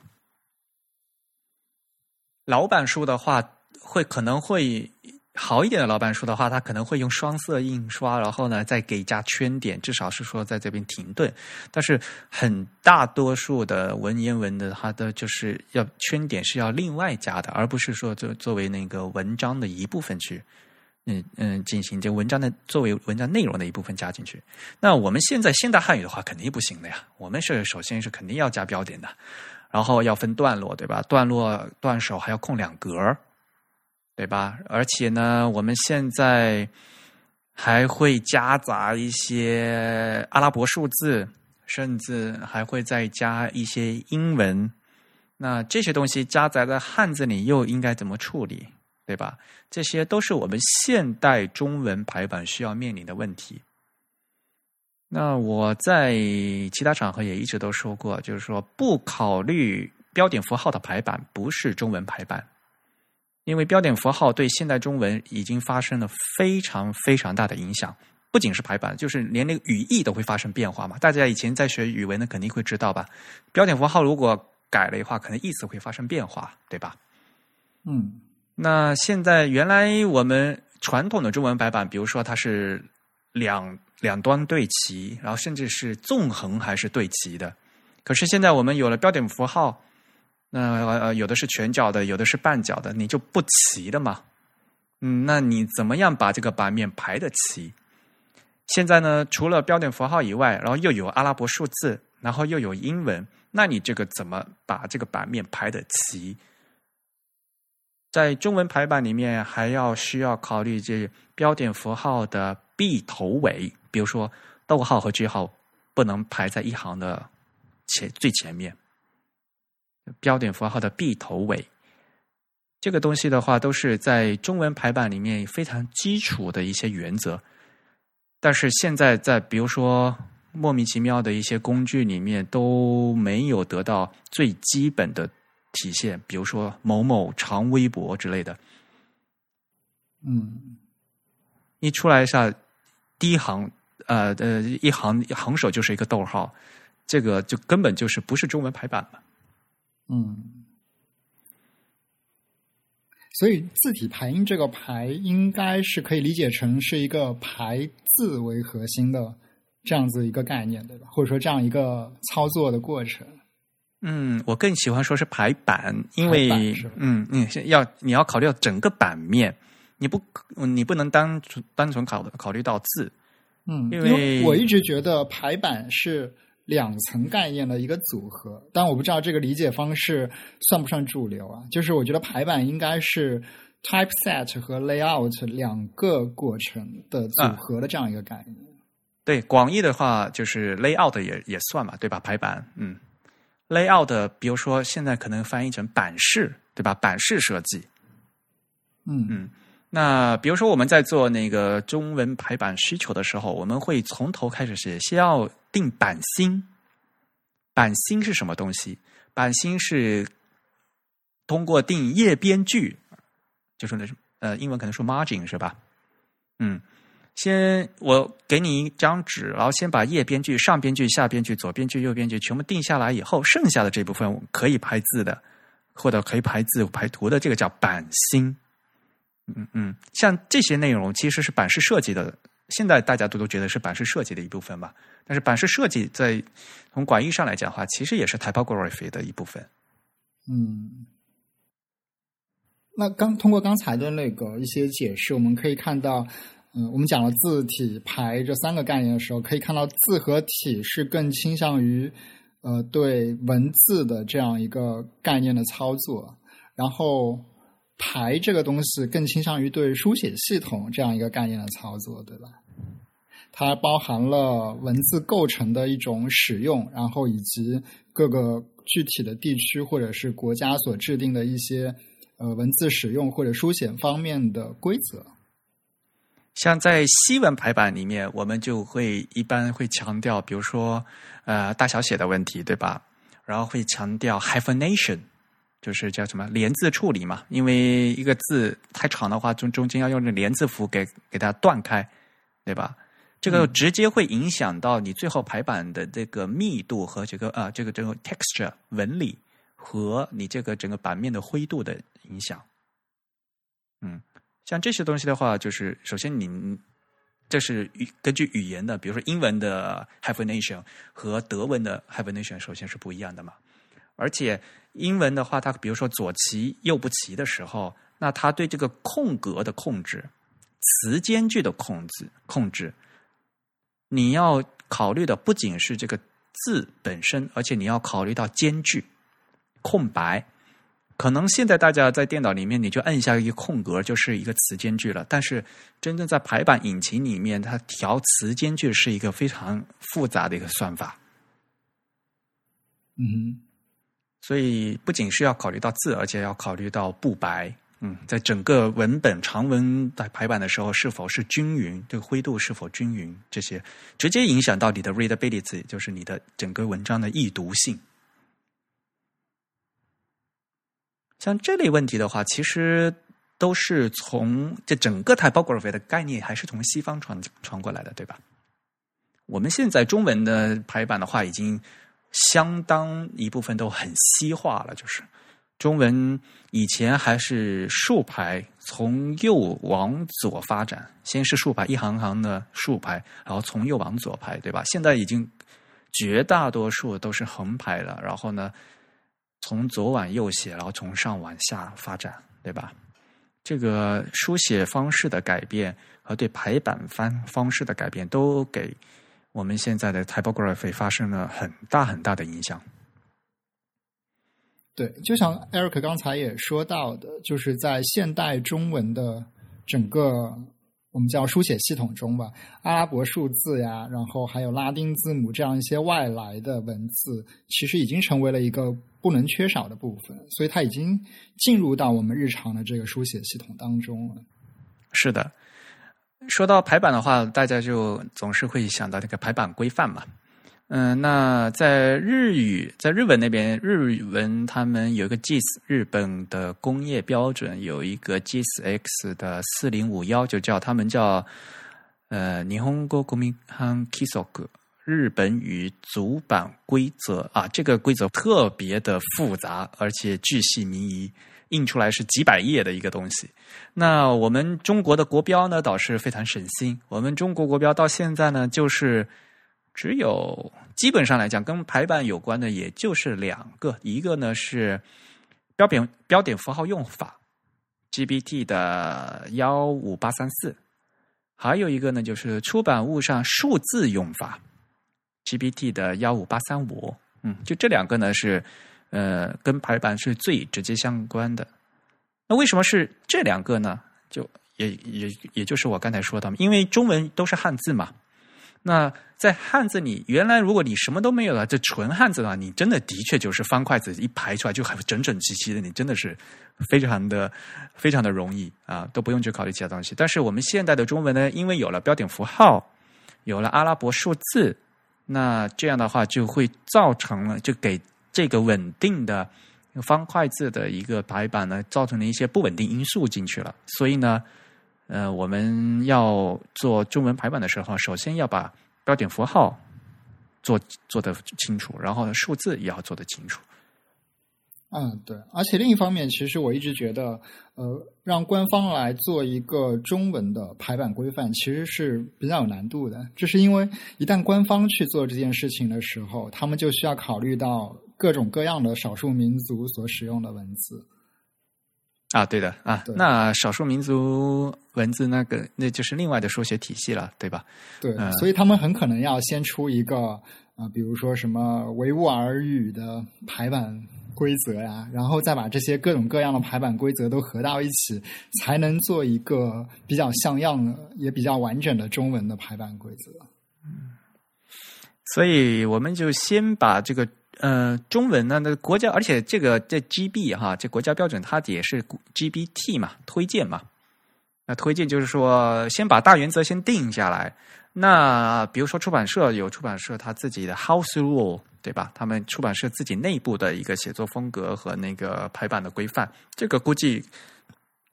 Speaker 1: 老版书的话，会可能会好一点的老版书的话，它可能会用双色印刷，然后呢再给加圈点，至少是说在这边停顿。但是很大多数的文言文的，它的就是要圈点是要另外加的，而不是说就作为那个文章的一部分去，嗯嗯进行这文章的作为文章内容的一部分加进去。那我们现在现代汉语的话，肯定不行的呀。我们是首先是肯定要加标点的。然后要分段落，对吧？段落段首还要空两格，对吧？而且呢，我们现在还会夹杂一些阿拉伯数字，甚至还会再加一些英文。那这些东西加载在汉字里又应该怎么处理，对吧？这些都是我们现代中文排版需要面临的问题。那我在其他场合也一直都说过，就是说不考虑标点符号的排版不是中文排版，因为标点符号对现代中文已经发生了非常非常大的影响，不仅是排版，就是连那个语义都会发生变化嘛。大家以前在学语文的肯定会知道吧，标点符号如果改了的话，可能意思会发生变化，对吧？
Speaker 2: 嗯，
Speaker 1: 那现在原来我们传统的中文排版，比如说它是两两端对齐，然后甚至是纵横还是对齐的。可是现在我们有了标点符号，那呃有的是全角的，有的是半角的，你就不齐的嘛。嗯，那你怎么样把这个版面排得齐？现在呢，除了标点符号以外，然后又有阿拉伯数字，然后又有英文，那你这个怎么把这个版面排得齐？在中文排版里面，还要需要考虑这标点符号的闭头尾，比如说逗号和句号不能排在一行的前最前面，标点符号的闭头尾，这个东西的话，都是在中文排版里面非常基础的一些原则。但是现在在比如说莫名其妙的一些工具里面都没有得到最基本的体现，比如说某某长微博之类的。
Speaker 2: 嗯，
Speaker 1: 一出来一下，第一行呃呃一行行首就是一个逗号，这个就根本就是不是中文排版嘛。
Speaker 2: 嗯，所以字体排音这个排应该是可以理解成是一个排字为核心的这样子一个概念，对吧？或者说这样一个操作的过程。
Speaker 1: 嗯，我更喜欢说是排版，因为嗯嗯要你要考虑到整个版面，你不你不能单纯单纯考考虑到字。
Speaker 2: 嗯，
Speaker 1: 因为,
Speaker 2: 因为我一直觉得排版是两层概念的一个组合，但我不知道这个理解方式算不算主流啊？就是我觉得排版应该是 typeset 和 layout 两个过程的组合的这样一个概念。啊、
Speaker 1: 对，广义的话就是 layout 也也算嘛，对吧？排版，嗯 ，layout 比如说现在可能翻译成版式，对吧？版式设计，
Speaker 2: 嗯
Speaker 1: 嗯。那比如说我们在做那个中文排版需求的时候，我们会从头开始写，先要定版心。版心是什么东西？版心是通过定页边距，就是那呃英文可能说 margin 是吧？嗯，先我给你一张纸，然后先把页边距、上边距、下边距、左边距、右边距全部定下来以后，剩下的这部分可以排字的，或者可以排字排图的，这个叫版心。嗯嗯，像这些内容其实是版式设计的，现在大家都都觉得是版式设计的一部分吧。但是版式设计在从广义上来讲的话，其实也是 typography 的一部分。
Speaker 2: 嗯，那刚通过刚才的那个一些解释，我们可以看到，嗯、呃，我们讲了字体排这三个概念的时候，可以看到字和体是更倾向于呃对文字的这样一个概念的操作，然后排这个东西更倾向于对书写系统这样一个概念的操作，对吧？它包含了文字构成的一种使用，然后以及各个具体的地区或者是国家所制定的一些呃文字使用或者书写方面的规则。
Speaker 1: 像在西文排版里面，我们就会一般会强调，比如说呃大小写的问题，对吧？然后会强调 hyphenation。就是叫什么连字处理嘛，因为一个字太长的话，中中间要用这连字符给给它断开， 对吧？这个直接会影响到你最后排版的这个密度和这个啊、呃、这个这个 texture 纹理和你这个整个版面的灰度的影响。嗯，像这些东西的话，就是首先你这是根据语言的，比如说英文的 hyphenation 和德文的 hyphenation 首先是不一样的嘛。而且英文的话，它比如说左齐右不齐的时候，那它对这个空格的控制、词间距的控制控制。你要考虑的不仅是这个字本身，而且你要考虑到间距、空白。可能现在大家在电脑里面，你就按一下一个空格，就是一个词间距了。但是真正在排版引擎里面，它调词间距是一个非常复杂的一个算法。
Speaker 2: 嗯，
Speaker 1: 所以不仅是要考虑到字，而且要考虑到布白。嗯，在整个文本长文在排版的时候是否是均匀，这个灰度是否均匀，这些直接影响到你的 readability， 就是你的整个文章的易读性。像这类问题的话，其实都是从这整个 typography 的概念还是从西方传传过来的，对吧？我们现在中文的排版的话，已经相当一部分都很西化了，就是中文以前还是竖排，从右往左发展，先是竖排，一行行的竖排，然后从右往左排，对吧？现在已经绝大多数都是横排了，然后呢，从左往右写，然后从上往下发展，对吧？这个书写方式的改变和对排版方方式的改变，都给我们现在的 typography 发生了很大很大的影响。
Speaker 2: 对，就像 Eric 刚才也说到的，就是在现代中文的整个我们叫书写系统中吧，阿拉伯数字呀，然后还有拉丁字母这样一些外来的文字，其实已经成为了一个不能缺少的部分，所以它已经进入到我们日常的这个书写系统当中了。
Speaker 1: 是的，说到排版的话，大家就总是会想到这个排版规范嘛。嗯、呃，那在日语，在日文那边，日文他们有一个 J I S 日本的工业标准，有一个 J I S X 的四零五一，就叫他们叫呃日本語国民版規則日本语组版规则啊，这个规则特别的复杂，而且巨细靡遗，印出来是几百页的一个东西。那我们中国的国标呢，倒是非常省心，我们中国国标到现在呢，就是只有基本上来讲跟排版有关的也就是两个，一个呢是标点标点符号用法 G B T 的一五八三四，还有一个呢就是出版物上数字用法 G B T 的一五八三五。嗯，就这两个呢是呃跟排版是最直接相关的。那为什么是这两个呢？就也也也就是我刚才说的，因为中文都是汉字嘛。那在汉字里，原来如果你什么都没有了，这纯汉字的话，你真的的确就是方块字一排出来就很整整齐齐的，你真的是非常的非常的容易啊，都不用去考虑其他东西。但是我们现代的中文呢，因为有了标点符号，有了阿拉伯数字，那这样的话就会造成了，就给这个稳定的方块字的一个排版呢，造成了一些不稳定因素进去了。所以呢，呃，我们要做中文排版的时候，首先要把标点符号做做得清楚，然后数字也要做得清楚。
Speaker 2: 嗯，对。而且另一方面，其实我一直觉得，呃，让官方来做一个中文的排版规范，其实是比较有难度的。这是因为一旦官方去做这件事情的时候，他们就需要考虑到各种各样的少数民族所使用的文字。
Speaker 1: 啊，对的啊，
Speaker 2: 对，
Speaker 1: 那少数民族文字那个那就是另外的书写体系了，对吧？
Speaker 2: 对，
Speaker 1: 嗯、
Speaker 2: 所以他们很可能要先出一个呃，比如说什么维吾尔语的排版规则呀，然后再把这些各种各样的排版规则都合到一起，才能做一个比较像样的也比较完整的中文的排版规则。
Speaker 1: 嗯，所以我们就先把这个呃中文呢，那国家，而且这个这 G B 哈，这国家标准它也是 G B T 嘛，推荐嘛。那推荐就是说，先把大原则先定下来。那比如说出版社有出版社他自己的 house rule， 对吧？他们出版社自己内部的一个写作风格和那个排版的规范，这个估计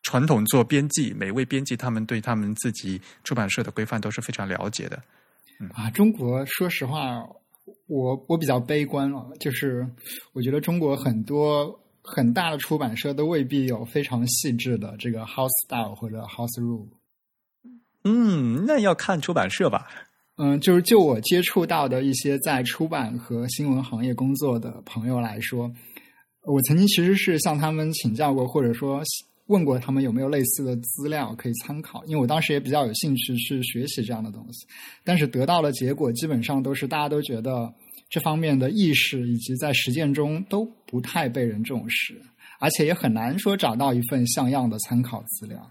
Speaker 1: 传统做编辑，每位编辑他们对他们自己出版社的规范都是非常了解的。
Speaker 2: 嗯、啊，中国说实话，我我比较悲观了，就是我觉得中国很多很大的出版社都未必有非常细致的这个 house style 或者 house rule。
Speaker 1: 嗯，那要看出版社吧。
Speaker 2: 嗯，就是就我接触到的一些在出版和新闻行业工作的朋友来说，我曾经其实是向他们请教过，或者说问过他们有没有类似的资料可以参考，因为我当时也比较有兴趣去学习这样的东西，但是得到的结果基本上都是大家都觉得这方面的意识以及在实践中都不太被人重视，而且也很难说找到一份像样的参考资料。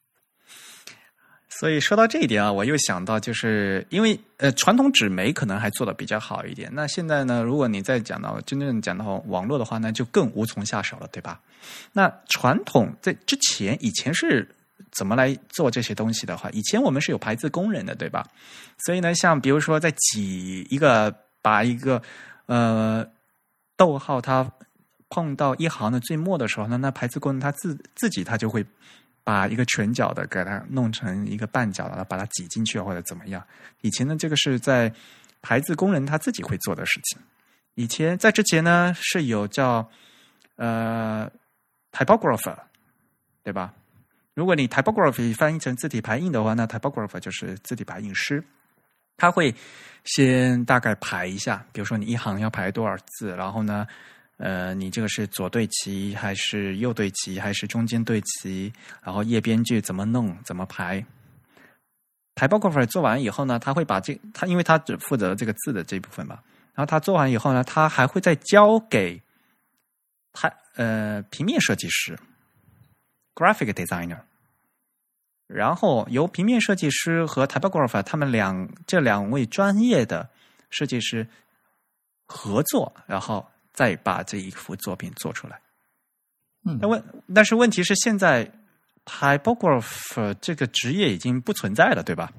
Speaker 1: 所以说到这一点啊，我又想到，就是因为呃传统纸媒可能还做得比较好一点，那现在呢，如果你再讲到真正讲到网络的话，那就更无从下手了，对吧？那传统在之前以前是怎么来做这些东西的话，以前我们是有排字工人的，对吧？所以呢，像比如说在挤一个把一个呃逗号它碰到一行的最末的时候呢，那排字工人他自自己他就会把一个全角的给它弄成一个半角的，把它挤进去或者怎么样。以前呢，这个是在排字工人他自己会做的事情。以前在之前呢，是有叫呃 typographer， 对吧？如果你 typography 翻译成字体排印的话，那 typographer 就是字体排印师，他会先大概排一下，比如说你一行要排多少字，然后呢呃，你这个是左对齐还是右对齐还是中间对齐，然后页边距怎么弄怎么排。typographer 做完以后呢，他会把这他因为他只负责这个字的这部分嘛，然后他做完以后呢，他还会再交给他呃平面设计师 graphic designer， 然后由平面设计师和 typographer 他们两这两位专业的设计师合作，然后再把这一幅作品做出来。
Speaker 2: 嗯，
Speaker 1: 但问但是问题是现在 typographer 这个职业已经不存在了，对吧？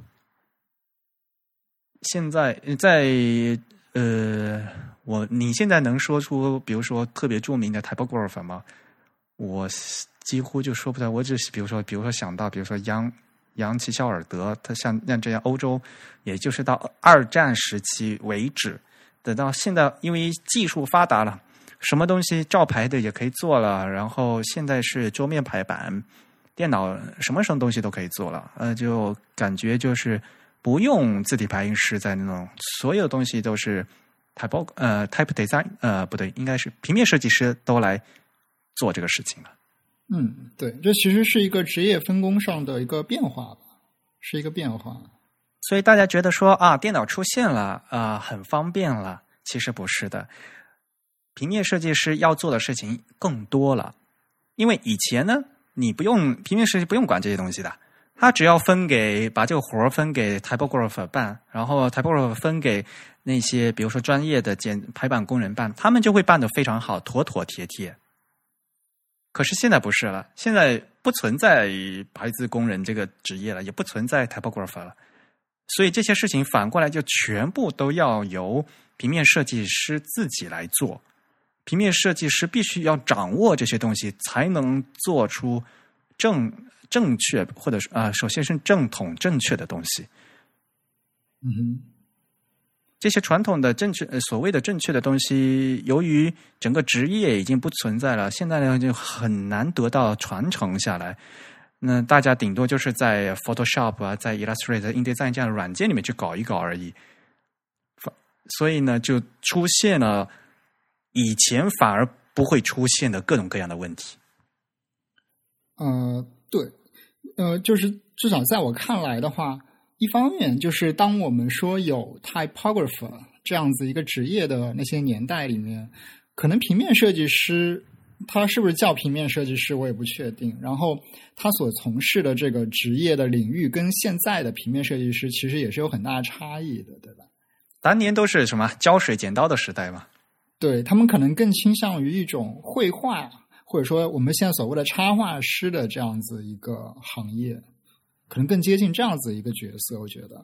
Speaker 1: 现在在呃，我你现在能说出比如说特别著名的 typographer 吗？我几乎就说不出来。我只是比如说比如说想到比如说杨杨奇肖尔德，他像像这样欧洲，也就是到二战时期为止，等到现在因为技术发达了，什么东西照排的也可以做了，然后现在是桌面排版，电脑什么什么东西都可以做了，呃，就感觉就是不用字体排印师在那种，所有东西都是 type 呃 type design 呃不对，应该是平面设计师都来做这个事情了。
Speaker 2: 嗯，对，这其实是一个职业分工上的一个变化吧，是一个变化。
Speaker 1: 所以大家觉得说啊，电脑出现了啊、呃，很方便了，其实不是的。平面设计师要做的事情更多了，因为以前呢，你不用平面设计不用管这些东西的，他只要分给把这个活分给 typographer 办，然后 typographer 分给那些比如说专业的剪排版工人办，他们就会办得非常好，妥妥帖帖。可是现在不是了，现在不存在排字工人这个职业了，也不存在 typographer 了，所以这些事情反过来就全部都要由平面设计师自己来做。平面设计师必须要掌握这些东西，才能做出正正确或者啊、呃，首先是正统正确的东西。
Speaker 2: 嗯哼，
Speaker 1: 这些传统的正确、呃、所谓的正确的东西，由于整个职业已经不存在了，现在呢就很难得到传承下来。那大家顶多就是在 Photoshop 啊，在 Illustrator、InDesign 这样的软件里面去搞一搞而已。所以呢，就出现了以前反而不会出现的各种各样的问题。
Speaker 2: 呃，对，呃，就是至少在我看来的话，一方面就是当我们说有 typographer 这样子一个职业的那些年代里面，可能平面设计师他是不是叫平面设计师我也不确定，然后他所从事的这个职业的领域跟现在的平面设计师其实也是有很大的差异的，对吧？
Speaker 1: 当年都是什么胶水剪刀的时代嘛，
Speaker 2: 对，他们可能更倾向于一种绘画，或者说我们现在所谓的插画师的这样子一个行业，可能更接近这样子一个角色，我觉得。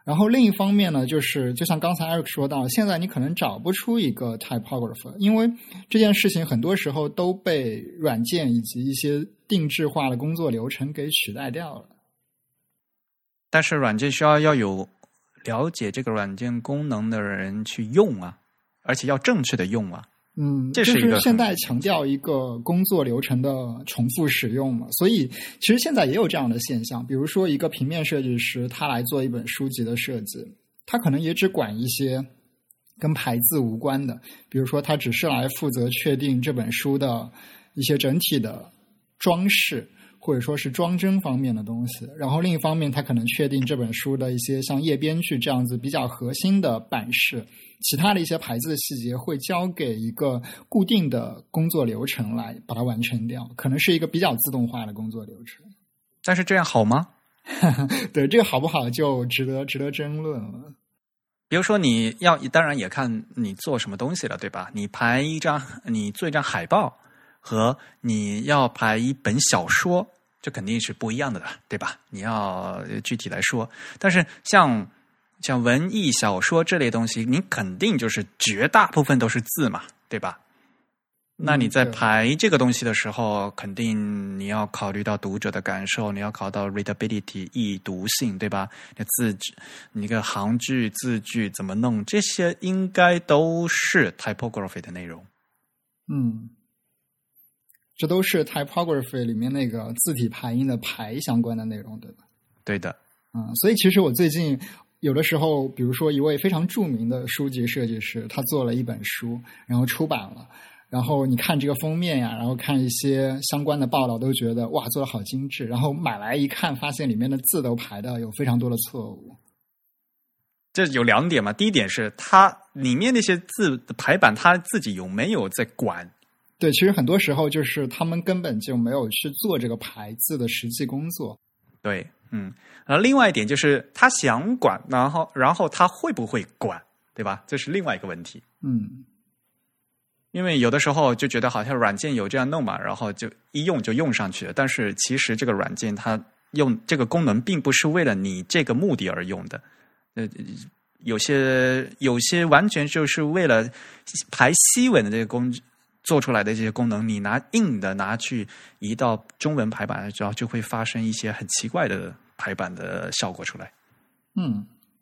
Speaker 2: 然后另一方面呢，就是就像刚才 Eric 说到，现在你可能找不出一个 typographer， 因为这件事情很多时候都被软件以及一些定制化的工作流程给取代掉了。
Speaker 1: 但是软件需要要有了解这个软件功能的人去用啊，而且要正确的用啊。
Speaker 2: 嗯，
Speaker 1: 这是一个
Speaker 2: 就是现在强调一个工作流程的重复使用嘛，所以其实现在也有这样的现象，比如说一个平面设计师，他来做一本书籍的设计，他可能也只管一些跟排字无关的，比如说他只是来负责确定这本书的一些整体的装饰或者说是装帧方面的东西，然后另一方面他可能确定这本书的一些像页编剧这样子比较核心的版式，其他的一些排字的细节会交给一个固定的工作流程来把它完成掉，可能是一个比较自动化的工作流程。
Speaker 1: 但是这样好吗？
Speaker 2: 对，这个好不好就值得值得争论了。
Speaker 1: 比如说你要，当然也看你做什么东西了，对吧？你排一张，你做一张海报和你要排一本小说，这肯定是不一样的，对吧？你要具体来说，但是像像文艺小说这类东西，你肯定就是绝大部分都是字嘛，对吧？那你在排这个东西的时候，肯定你要考虑到读者的感受，你要考虑到 readability 易读性，对吧？你字你个行距字距怎么弄，这些应该都是 typography 的内容。
Speaker 2: 嗯，这都是 typography 里面那个字体排音的排相关的内容，对吧？
Speaker 1: 对的。
Speaker 2: 嗯，所以其实我最近有的时候，比如说一位非常著名的书籍设计师，他做了一本书，然后出版了，然后你看这个封面呀，然后看一些相关的报道，都觉得哇，做得好精致，然后买来一看，发现里面的字都排的有非常多的错误。
Speaker 1: 这有两点嘛，第一点是它里面那些字的排版，他自己有没有在管？
Speaker 2: 对，其实很多时候就是他们根本就没有去做这个排字的实际工作。
Speaker 1: 对，嗯，然后另外一点就是他想管，然后然后他会不会管，对吧？这是另外一个问题。
Speaker 2: 嗯，
Speaker 1: 因为有的时候就觉得好像软件有这样弄嘛，然后就一用就用上去了，但是其实这个软件它用这个功能并不是为了你这个目的而用的，呃，有些有些完全就是为了排西文的这个功做出来的这些功能，你拿硬的拿去移到中文排版，然后就会发生一些很奇怪的排版的效果出来。
Speaker 2: 嗯，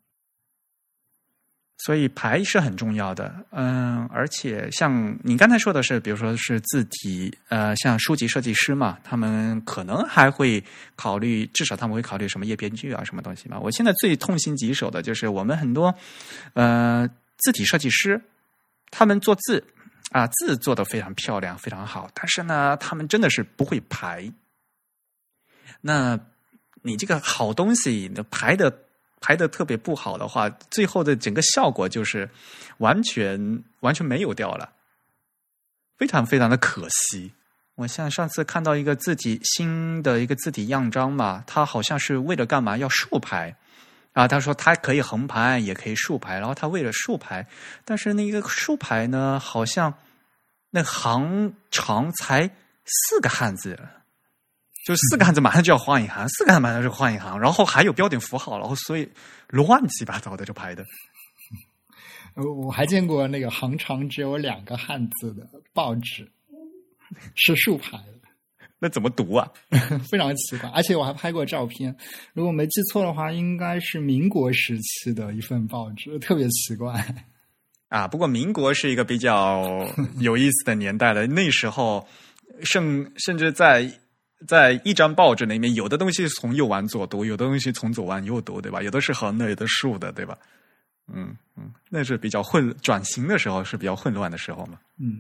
Speaker 1: 所以排是很重要的，嗯，而且像你刚才说的是，比如说是字体，呃，像书籍设计师嘛，他们可能还会考虑，至少他们会考虑什么页编剧啊，什么东西嘛。我现在最痛心疾首的就是我们很多呃字体设计师，他们做字啊，字做得非常漂亮，非常好，但是呢，他们真的是不会排。那你这个好东西，你排的。排的特别不好的话，最后的整个效果就是完全完全没有掉了，非常非常的可惜。我像上次看到一个字体新的一个字体样章嘛，它好像是为了干嘛要竖排啊？他说它可以横排也可以竖排，然后他为了竖排，但是那个竖排呢，好像那行长才四个汉字了。就四个汉字马上就要换一行，四个汉字马上就换一行，然后还有标点符号，然后所以乱七八糟的就排的。
Speaker 2: 我还见过那个行长只有两个汉字的报纸，是竖排的。
Speaker 1: 那怎么读啊？
Speaker 2: 非常奇怪，而且我还拍过照片，如果没记错的话，应该是民国时期的一份报纸，特别奇怪。
Speaker 1: 啊，不过民国是一个比较有意思的年代了，那时候甚甚至在。在一张报纸里面，有的东西从右往左读，有的东西从左往右读，对吧？有的是横的，有的竖的，对吧？嗯嗯，那是比较混转型的时候，是比较混乱的时候嘛。
Speaker 2: 嗯。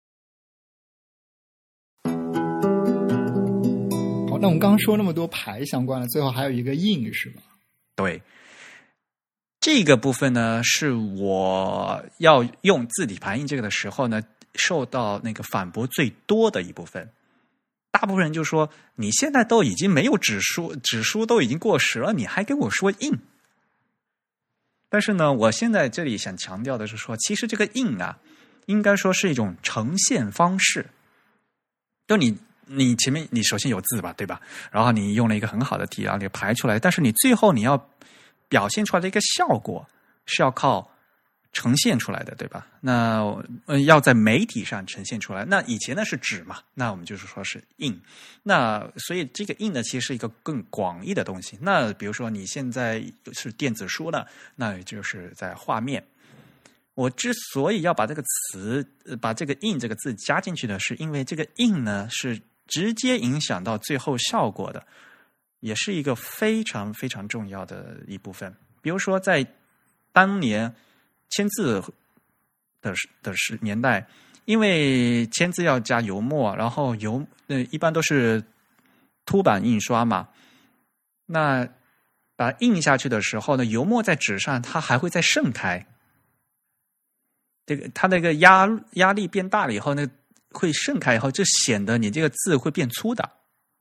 Speaker 2: 好，那我们刚刚说那么多排相关的，最后还有一个印，是吧？
Speaker 1: 对，这个部分呢，是我要用字体排印这个的时候呢，受到那个反驳最多的一部分。大部分人就说你现在都已经没有纸书，纸书都已经过时了，你还跟我说印。但是呢，我现在这里想强调的是说，其实这个印啊，应该说是一种呈现方式。就你你前面你首先有字吧，对吧？然后你用了一个很好的题，然后你排出来，但是你最后你要表现出来的一个效果是要靠呈现出来的，对吧？那、呃、要在媒体上呈现出来。那以前呢是纸嘛，那我们就是说是印。那所以这个印呢，其实是一个更广义的东西。那比如说你现在是电子书了，那也就是在画面。我之所以要把这个词、把这个印这个字加进去呢，是因为这个印呢是直接影响到最后效果的，也是一个非常非常重要的一部分。比如说在当年签字的的时年代，因为签字要加油墨，然后油呃一般都是凸版印刷嘛，那把印下去的时候呢，油墨在纸上它还会再盛开，这个它那个压压力变大了以后呢，会盛开以后，就显得你这个字会变粗的。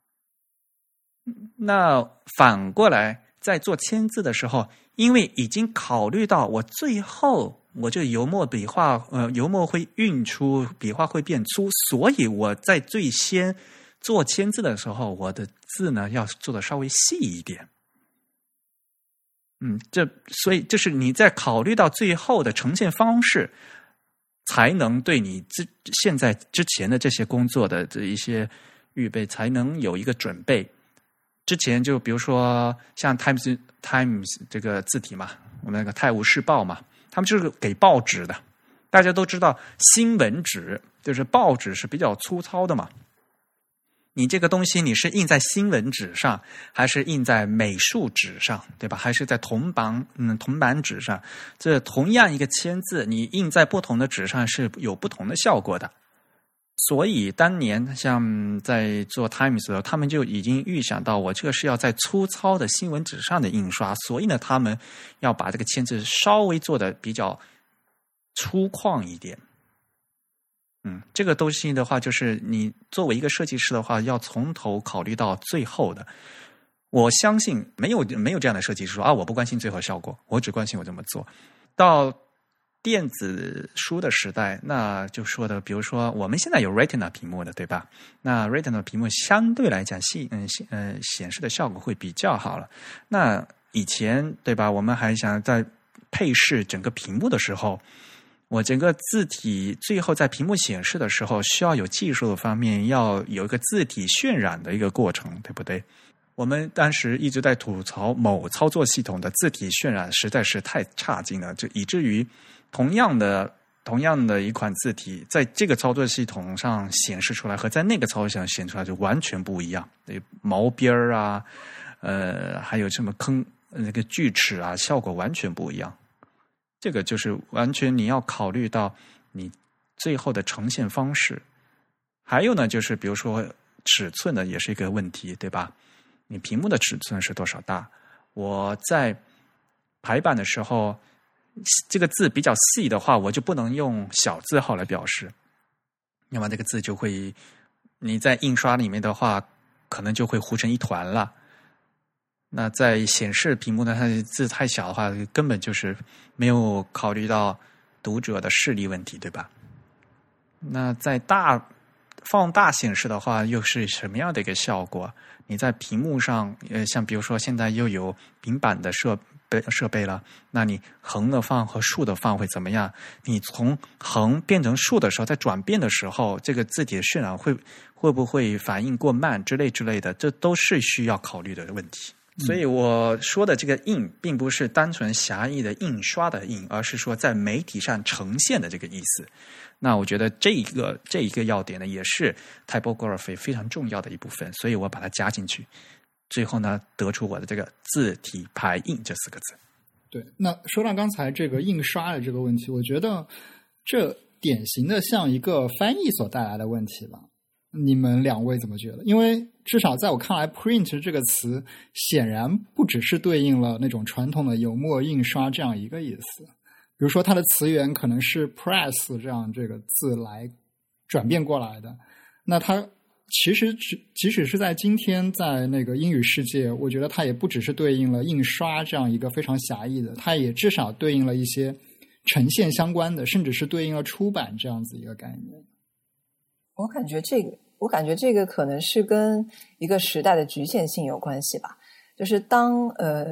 Speaker 1: 那反过来在做签字的时候，因为已经考虑到我最后我这油墨笔画呃油墨会晕出，笔画会变粗，所以我在最先做签字的时候，我的字呢要做的稍微细一点。嗯，这所以就是你在考虑到最后的呈现方式，才能对你之现在之前的这些工作的这一些预备才能有一个准备。之前就比如说像 Times Times 这个字体嘛，我们那个泰晤士报嘛，他们就是给报纸的。大家都知道新闻纸就是报纸是比较粗糙的嘛，你这个东西你是印在新闻纸上，还是印在美术纸上，对吧？还是在铜版嗯铜版纸上？这同样一个签字，你印在不同的纸上是有不同的效果的。所以当年像在做 Times 的时候，他们就已经预想到我这个是要在粗糙的新闻纸上的印刷，所以呢，他们要把这个签字稍微做的比较粗犷一点。嗯，这个东西的话，就是你作为一个设计师的话，要从头考虑到最后的。我相信没有没有这样的设计师说啊，我不关心最后效果，我只关心我这么做。到电子书的时代，那就说的，比如说我们现在有 Retina 屏幕的，对吧？那 Retina 屏幕相对来讲，显嗯呃显示的效果会比较好了。那以前对吧？我们还想在配饰整个屏幕的时候，我整个字体最后在屏幕显示的时候，需要有技术的方面，要有一个字体渲染的一个过程，对不对？我们当时一直在吐槽某操作系统的字体渲染实在是太差劲了，就以至于同样的同样的一款字体，在这个操作系统上显示出来和在那个操作系统显示出来就完全不一样，毛边儿啊，呃，还有什么坑那个锯齿啊，效果完全不一样。这个就是完全你要考虑到你最后的呈现方式。还有呢，就是比如说尺寸呢，也是一个问题，对吧？你屏幕的尺寸是多少大？我在排版的时候，这个字比较细的话，我就不能用小字号来表示，要么这个字就会你在印刷里面的话，可能就会糊成一团了。那在显示屏幕呢，它的字太小的话，根本就是没有考虑到读者的视力问题，对吧？那在大放大显示的话，又是什么样的一个效果？你在屏幕上，呃，像比如说现在又有平板的设备设备了，那你横的放和竖的放会怎么样？你从横变成竖的时候，在转变的时候，这个字体的渲染会会不会反应过慢之类之类的，这都是需要考虑的问题。所以我说的这个印，并不是单纯狭义的印刷的印，而是说在媒体上呈现的这个意思。那我觉得这一个这一个要点呢，也是 typography 非常重要的一部分，所以我把它加进去。最后呢，得出我的这个字体排印这四个字。
Speaker 2: 对，那说到刚才这个印刷的这个问题，我觉得这典型的像一个翻译所带来的问题吧。你们两位怎么觉得？因为至少在我看来 print 这个词显然不只是对应了那种传统的油墨印刷这样一个意思，比如说它的词源可能是 press 这样这个字来转变过来的，那它其实即使是在今天在那个英语世界，我觉得它也不只是对应了印刷这样一个非常狭义的，它也至少对应了一些呈现相关的，甚至是对应了出版这样子一个概念。
Speaker 3: 我感觉这个，我感觉这个可能是跟一个时代的局限性有关系吧。就是当呃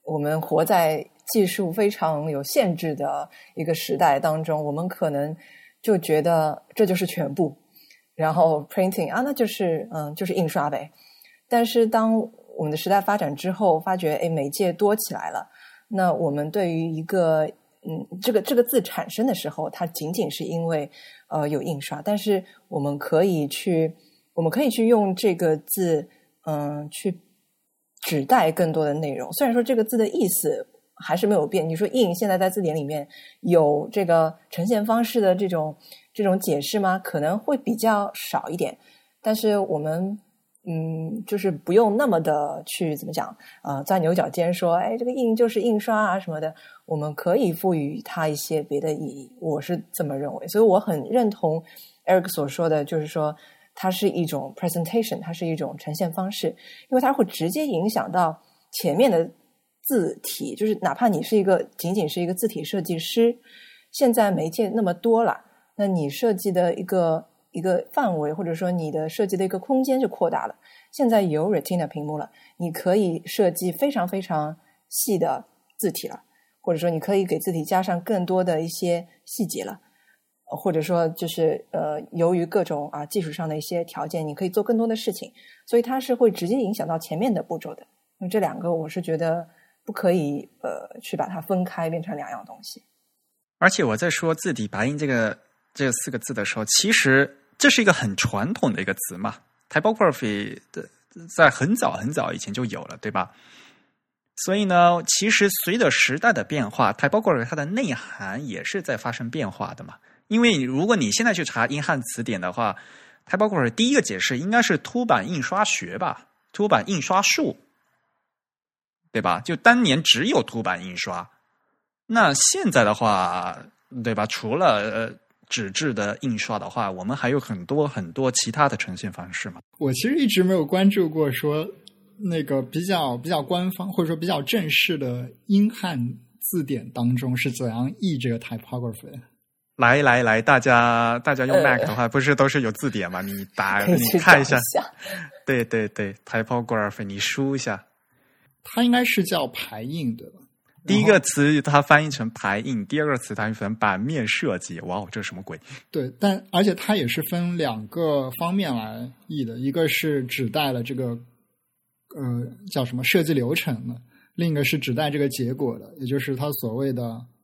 Speaker 3: 我们活在技术非常有限制的一个时代当中，我们可能就觉得这就是全部，然后 printing 啊，那就是嗯，就是印刷呗。但是当我们的时代发展之后，发觉诶媒介多起来了，那我们对于一个嗯这个这个字产生的时候，它仅仅是因为呃有印刷，但是我们可以去我们可以去用这个字嗯去指代更多的内容。虽然说这个字的意思还是没有变，你说印现在在字典里面有这个呈现方式的这种这种解释吗？可能会比较少一点，但是我们嗯，就是不用那么的去怎么讲呃，钻牛角尖说哎，这个印就是印刷啊什么的，我们可以赋予它一些别的意义，我是这么认为。所以我很认同 Eric 所说的，就是说它是一种 presentation， 它是一种呈现方式，因为它会直接影响到前面的字体，就是哪怕你是一个仅仅是一个字体设计师，现在媒介那么多了，那你设计的一个一个范围，或者说你的设计的一个空间就扩大了。现在有 Retina 屏幕了，你可以设计非常非常细的字体了，或者说你可以给字体加上更多的一些细节了，或者说就是呃，由于各种啊技术上的一些条件，你可以做更多的事情，所以它是会直接影响到前面的步骤的。那这两个我是觉得不可以呃去把它分开变成两样东西。
Speaker 1: 而且我在说字体白印这个这四个字的时候，其实这是一个很传统的一个词嘛 ，typography 的在很早很早以前就有了，对吧？所以呢，其实随着时代的变化 ，typography 它的内涵也是在发生变化的嘛。因为如果你现在去查英汉词典的话 ，typography 第一个解释应该是凸版印刷学吧，凸版印刷术，对吧？就当年只有凸版印刷，那现在的话，对吧？除了呃。纸质的印刷的话，我们还有很多很多其他的呈现方式嘛。
Speaker 2: 我其实一直没有关注过说那个比较比较官方或者说比较正式的英汉字典当中是怎样译这个 typography。
Speaker 1: 来来来，大家大家用 Mac 的话，呃、不是都是有字典吗？你打你看一下，对对对 ，typography 你输一下，
Speaker 2: 它应该是叫排印对吧？
Speaker 1: 第一个词它翻译成排印，第二个词它翻译成版面设计。哇哦，这是什么鬼？
Speaker 2: 对，但而且它也是分两个方面来译的，一个是指代了这个呃叫什么设计流程的，另一个是指代这个结果的，也就是它所谓的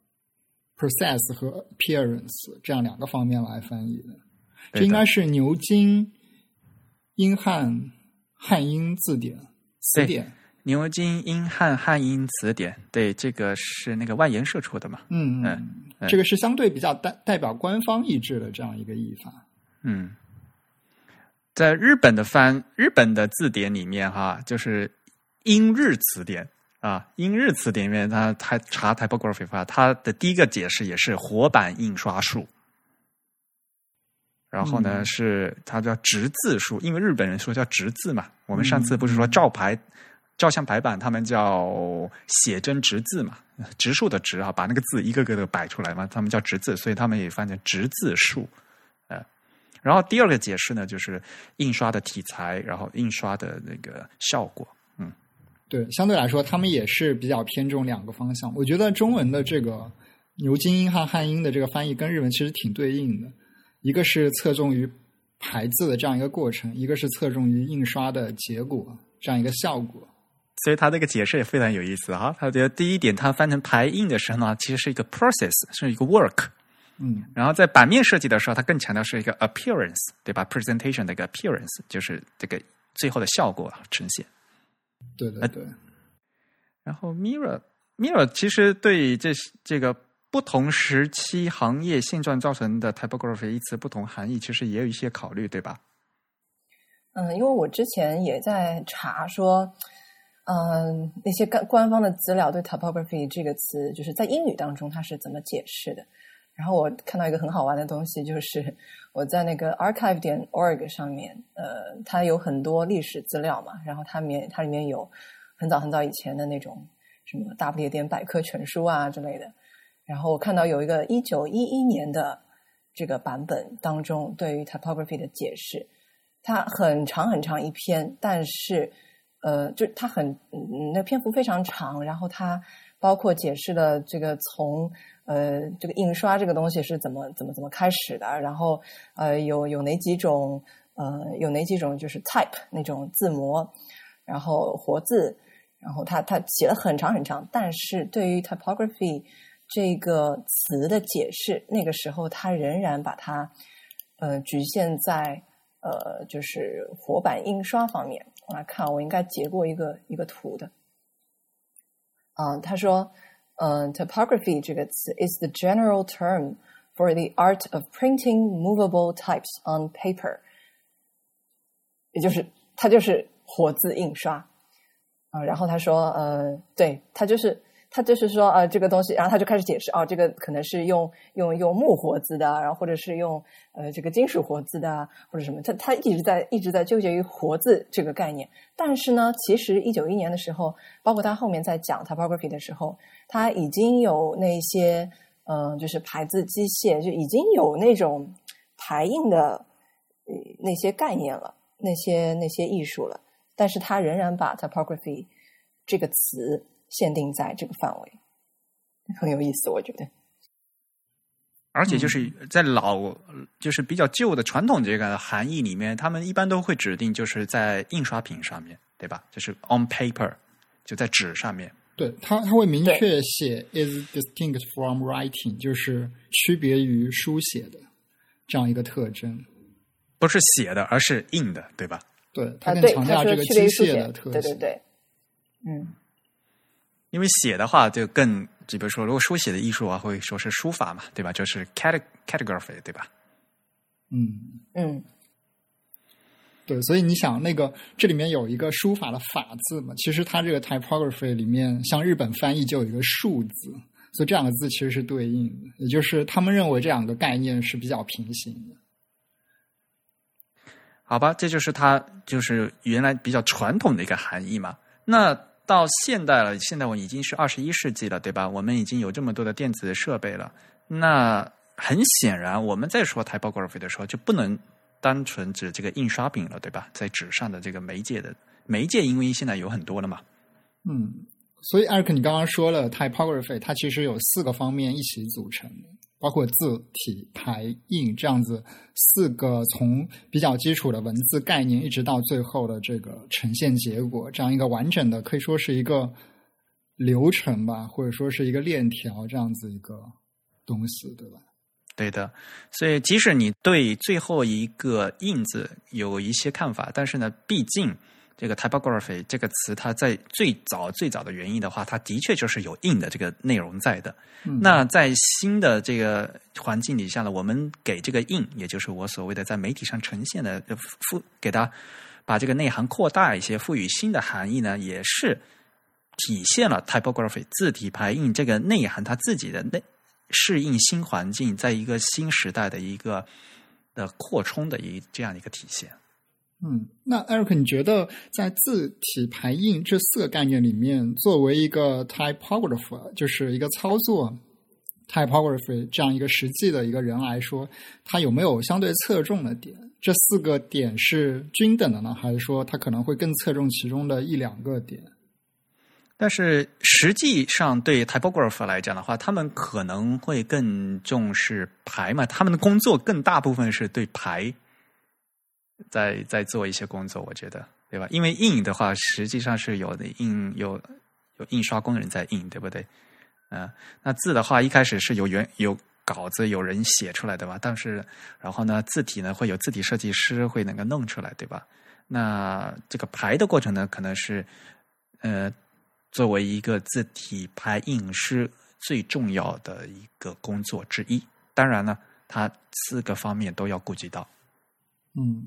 Speaker 2: process 和 appearance 这样两个方面来翻译的。这应该是牛津英汉汉英字典词典。
Speaker 1: 牛津英汉汉英词典，对，这个是那个万言社出的嘛？
Speaker 2: 嗯嗯，嗯这个是相对比较代代表官方译制的这样一个译法。
Speaker 1: 嗯，在日本的翻日本的字典里面哈，就是英日词典啊，英日词典里面它它查 typography 话，它的第一个解释也是活版印刷术。然后呢，嗯、是它叫直字术，因为日本人说叫直字嘛。我们上次不是说照排。嗯照相排版他们叫写真直字嘛，直数的直啊，把那个字一个个的摆出来嘛，他们叫直字，所以他们也翻成直字术。呃，然后第二个解释呢，就是印刷的题材，然后印刷的那个效果。嗯，
Speaker 2: 对，相对来说他们也是比较偏重两个方向。我觉得中文的这个牛津英汉汉英的这个翻译跟日文其实挺对应的，一个是侧重于排字的这样一个过程，一个是侧重于印刷的结果这样一个效果。
Speaker 1: 所以他这个解释也非常有意思哈。他觉得第一点，他翻成排印的时候呢，其实是一个 process， 是一个 work。
Speaker 2: 嗯，
Speaker 1: 然后在版面设计的时候，他更强调是一个 appearance， 对吧 ？presentation 的一个 appearance， 就是这个最后的效果呈现。
Speaker 2: 对对对。
Speaker 1: 然后 mirror mirror 其实对这这个不同时期行业现状造成的 typography 一词不同含义，其实也有一些考虑，对吧？
Speaker 3: 嗯，因为我之前也在查说。嗯，那些官方的资料对 typography 这个词，就是在英语当中它是怎么解释的。然后我看到一个很好玩的东西，就是我在那个 archive 点 org 上面，呃，它有很多历史资料嘛，然后它里面它里面有很早很早以前的那种什么大不列颠百科全书啊之类的。然后我看到有一个一九一一年的这个版本当中对于 typography 的解释，它很长很长一篇，但是呃，就它很嗯，那篇幅非常长，然后它包括解释了这个从呃这个印刷这个东西是怎么怎么怎么开始的，然后呃有有哪几种呃有哪几种就是 type 那种字模，然后活字，然后他他写了很长很长，但是对于 typography 这个词的解释，那个时候他仍然把它呃局限在呃就是活版印刷方面。我来看，我应该截过一个一个图的。啊、呃，他说，呃 ，typography 这个词 is the general term for the art of printing movable types on paper， 也就是它就是活字印刷啊、呃。然后他说，呃，对，他就是他就是说，呃，这个东西，然后他就开始解释，哦，这个可能是用用用木活字的，然后或者是用呃这个金属活字的，或者什么，他他一直在一直在纠结于活字这个概念。但是呢，其实一九一年的时候，包括他后面在讲 typography 的时候，他已经有那些嗯、呃，就是排字机械，就已经有那种排印的呃那些概念了，那些那些艺术了。但是他仍然把 typography 这个词限定在这个范围，很有意思，我觉得。
Speaker 1: 而且就是在老，嗯、就是比较旧的传统这个含义里面，他们一般都会指定就是在印刷品上面，对吧？就是 on paper， 就在纸上面。
Speaker 2: 对，他他会明确写 is distinct from writing， 就是区别于书写的这样一个特征。
Speaker 1: 不是写的，而是印的，对吧？
Speaker 2: 对，他更强调这个机械的特性。
Speaker 3: 对对对，嗯。
Speaker 1: 因为写的话就更，比如说如果书写的艺术啊，会说是书法嘛，对吧？就是 calligraphy， 对吧？
Speaker 2: 嗯
Speaker 3: 嗯，
Speaker 2: 对，所以你想那个这里面有一个书法的法字嘛，其实它这个 typography 里面，像日本翻译就有一个数字，所以这两个字其实是对应的，也就是他们认为这两个概念是比较平行的。
Speaker 1: 好吧，这就是它就是原来比较传统的一个含义嘛。那到现代了，现在我已经是二十一世纪了，对吧？我们已经有这么多的电子设备了。那很显然，我们在说 typography 的时候，就不能单纯指这个印刷品了，对吧？在纸上的这个媒介的媒介，因为现在有很多了嘛。
Speaker 2: 嗯，所以 Eric， 你刚刚说了 typography， 它其实有四个方面一起组成的，包括字体、排印这样子四个从比较基础的文字概念一直到最后的这个呈现结果，这样一个完整的可以说是一个流程吧，或者说是一个链条这样子一个东西，对吧？
Speaker 1: 对的，所以即使你对最后一个印字有一些看法，但是呢，毕竟这个 typography 这个词，它在最早最早的原因的话，它的确就是有印的这个内容在的。嗯、那在新的这个环境底下呢，我们给这个印，也就是我所谓的在媒体上呈现的，赋给它把这个内涵扩大一些，赋予新的含义呢，也是体现了 typography 字体排印这个内涵它自己的内适应新环境，在一个新时代的一个的扩充的一这样的一个体现。
Speaker 2: 嗯，那 Eric， 你觉得在字体排印这四个概念里面，作为一个 typographer， 就是一个操作 typography 这样一个实际的一个人来说，他有没有相对侧重的点？这四个点是均等的呢，还是说他可能会更侧重其中的一两个点？
Speaker 1: 但是实际上对 typographer 来讲的话，他们可能会更重视排嘛，他们的工作更大部分是对排在在做一些工作，我觉得，对吧？因为印的话，实际上是有的印有有印刷工人在印，对不对？嗯、呃，那字的话，一开始是有原有稿子有人写出来的吧，但是然后呢，字体呢会有字体设计师会能够弄出来，对吧？那这个排的过程呢，可能是呃。作为一个字体排印师最重要的一个工作之一，当然呢，它四个方面都要顾及到。
Speaker 2: 嗯，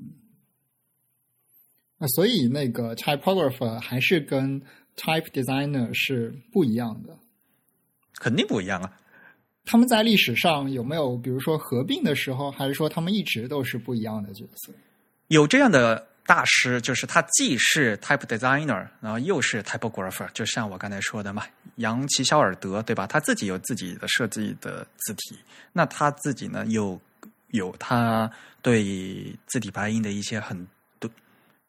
Speaker 2: 那所以那个 typographer 还是跟 type designer 是不一样的，
Speaker 1: 肯定不一样啊。
Speaker 2: 他们在历史上有没有比如说合并的时候，还是说他们一直都是不一样的角色？
Speaker 1: 有这样的大师，就是他既是 type designer， 然后又是 typographer， 就像我刚才说的嘛，杨奇肖尔德，对吧？他自己有自己的设计的字体，那他自己呢，有有他对字体排印的一些很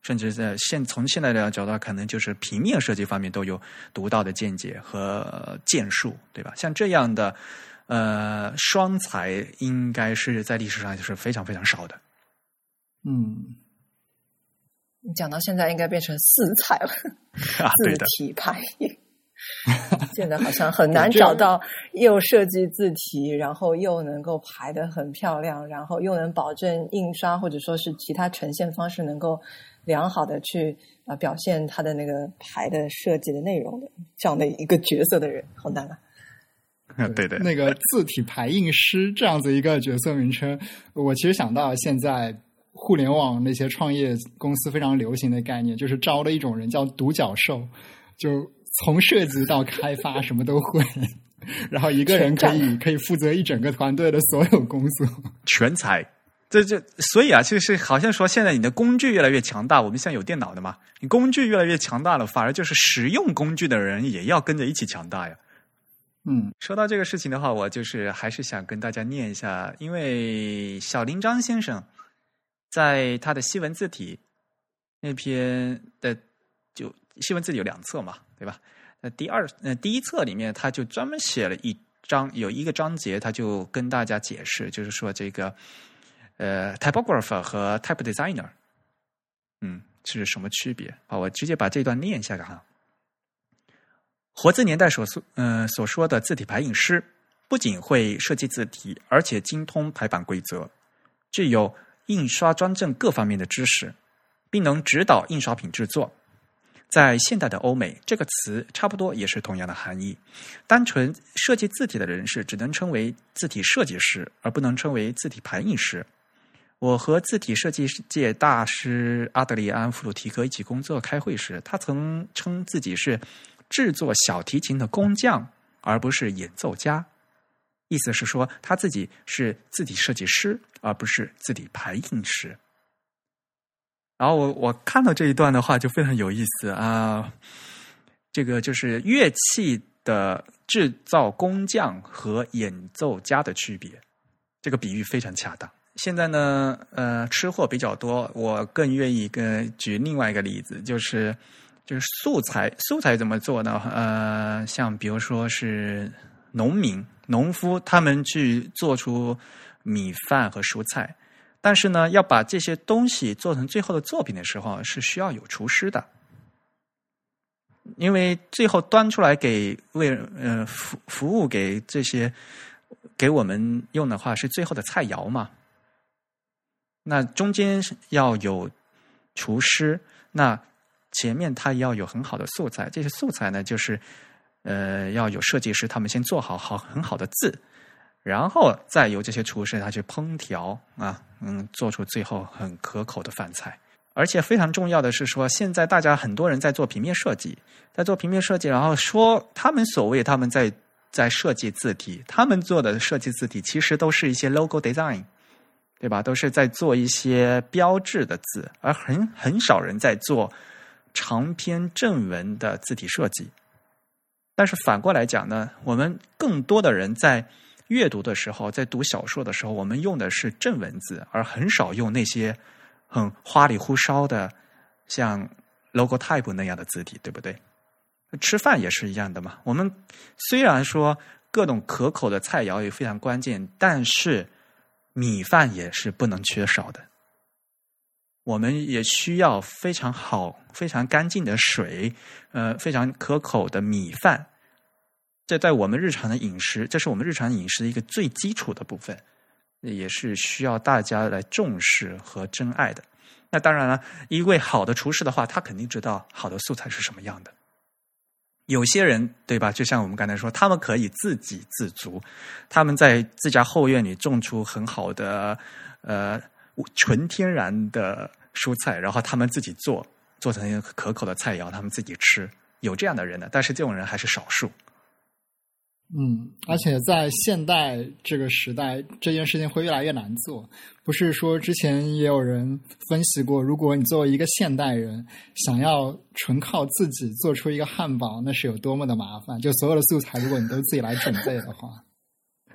Speaker 1: 甚至在现从现在的角度，可能就是平面设计方面都有独到的见解和建树，对吧？像这样的呃双才，应该是在历史上就是非常非常少的。
Speaker 2: 嗯，
Speaker 3: 你讲到现在应该变成四才了，
Speaker 1: 啊、
Speaker 3: 字体排印。现在好像很难找到又设计字体，然后又能够排得很漂亮，然后又能保证印刷或者说是其他呈现方式能够良好的去啊、呃、表现它的那个排的设计的内容的这样的一个角色的人，好难啊！
Speaker 1: 对对，
Speaker 2: 那个字体排印师这样子一个角色名称，我其实想到现在互联网那些创业公司非常流行的概念，就是招的一种人叫独角兽，就从设计到开发什么都会，然后一个人可以可以负责一整个团队的所有工作，
Speaker 1: 全才。这这所以啊，就是好像说现在你的工具越来越强大，我们现在有电脑的嘛，你工具越来越强大了，反而就是使用工具的人也要跟着一起强大呀。
Speaker 2: 嗯，
Speaker 1: 说到这个事情的话，我就是还是想跟大家念一下，因为小林章先生在他的西文字体那篇的就西文字体有两册嘛，对吧？那第二呃第一册里面他就专门写了一章，有一个章节他就跟大家解释，就是说这个呃 typographer 和 type designer 嗯是什么区别啊？我直接把这段念一下哈。活字年代所呃所说的字体排印师，不仅会设计字体，而且精通排版规则，具有印刷专政各方面的知识，并能指导印刷品制作。在现代的欧美，这个词差不多也是同样的含义。单纯设计字体的人士只能称为字体设计师，而不能称为字体排印师。我和字体设计界大师阿德里安·弗鲁提克一起工作开会时，他曾称自己是制作小提琴的工匠，而不是演奏家。意思是说，他自己是字体设计师，而不是字体排印师。然后我我看到这一段的话，就非常有意思啊。这个就是乐器的制造工匠和演奏家的区别，这个比喻非常恰当。现在呢，呃，吃货比较多，我更愿意跟举另外一个例子，就是就是素材，素材怎么做呢？呃，像比如说是农民、农夫，他们去做出米饭和蔬菜。但是呢，要把这些东西做成最后的作品的时候，是需要有厨师的，因为最后端出来给为呃服服务给这些给我们用的话，是最后的菜肴嘛。那中间要有厨师，那前面他要有很好的素材，这些素材呢，就是呃要有设计师他们先做好好很好的字。然后再由这些厨师他去烹调啊，嗯，做出最后很可口的饭菜。而且非常重要的是说，现在大家很多人在做平面设计，在做平面设计，然后说他们所谓他们在在设计字体，他们做的设计字体其实都是一些 logo design， 对吧？都是在做一些标志的字，而很很少人在做长篇正文的字体设计。但是反过来讲呢，我们更多的人在阅读的时候，在读小说的时候，我们用的是正文字，而很少用那些很花里胡哨的像 logotype 那样的字体，对不对？吃饭也是一样的嘛。我们虽然说各种可口的菜肴也非常关键，但是米饭也是不能缺少的。我们也需要非常好、非常干净的水，呃，非常可口的米饭。这在我们日常的饮食，这是我们日常饮食的一个最基础的部分，也是需要大家来重视和珍爱的。那当然了，一位好的厨师的话，他肯定知道好的素材是什么样的。有些人，对吧？就像我们刚才说，他们可以自给自足，他们在自家后院里种出很好的呃纯天然的蔬菜，然后他们自己做，做成一个可口的菜肴，他们自己吃。有这样的人的，但是这种人还是少数。
Speaker 2: 嗯，而且在现代这个时代，这件事情会越来越难做。不是说之前也有人分析过，如果你作为一个现代人，想要纯靠自己做出一个汉堡，那是有多么的麻烦。就所有的素材，如果你都自己来准备的话，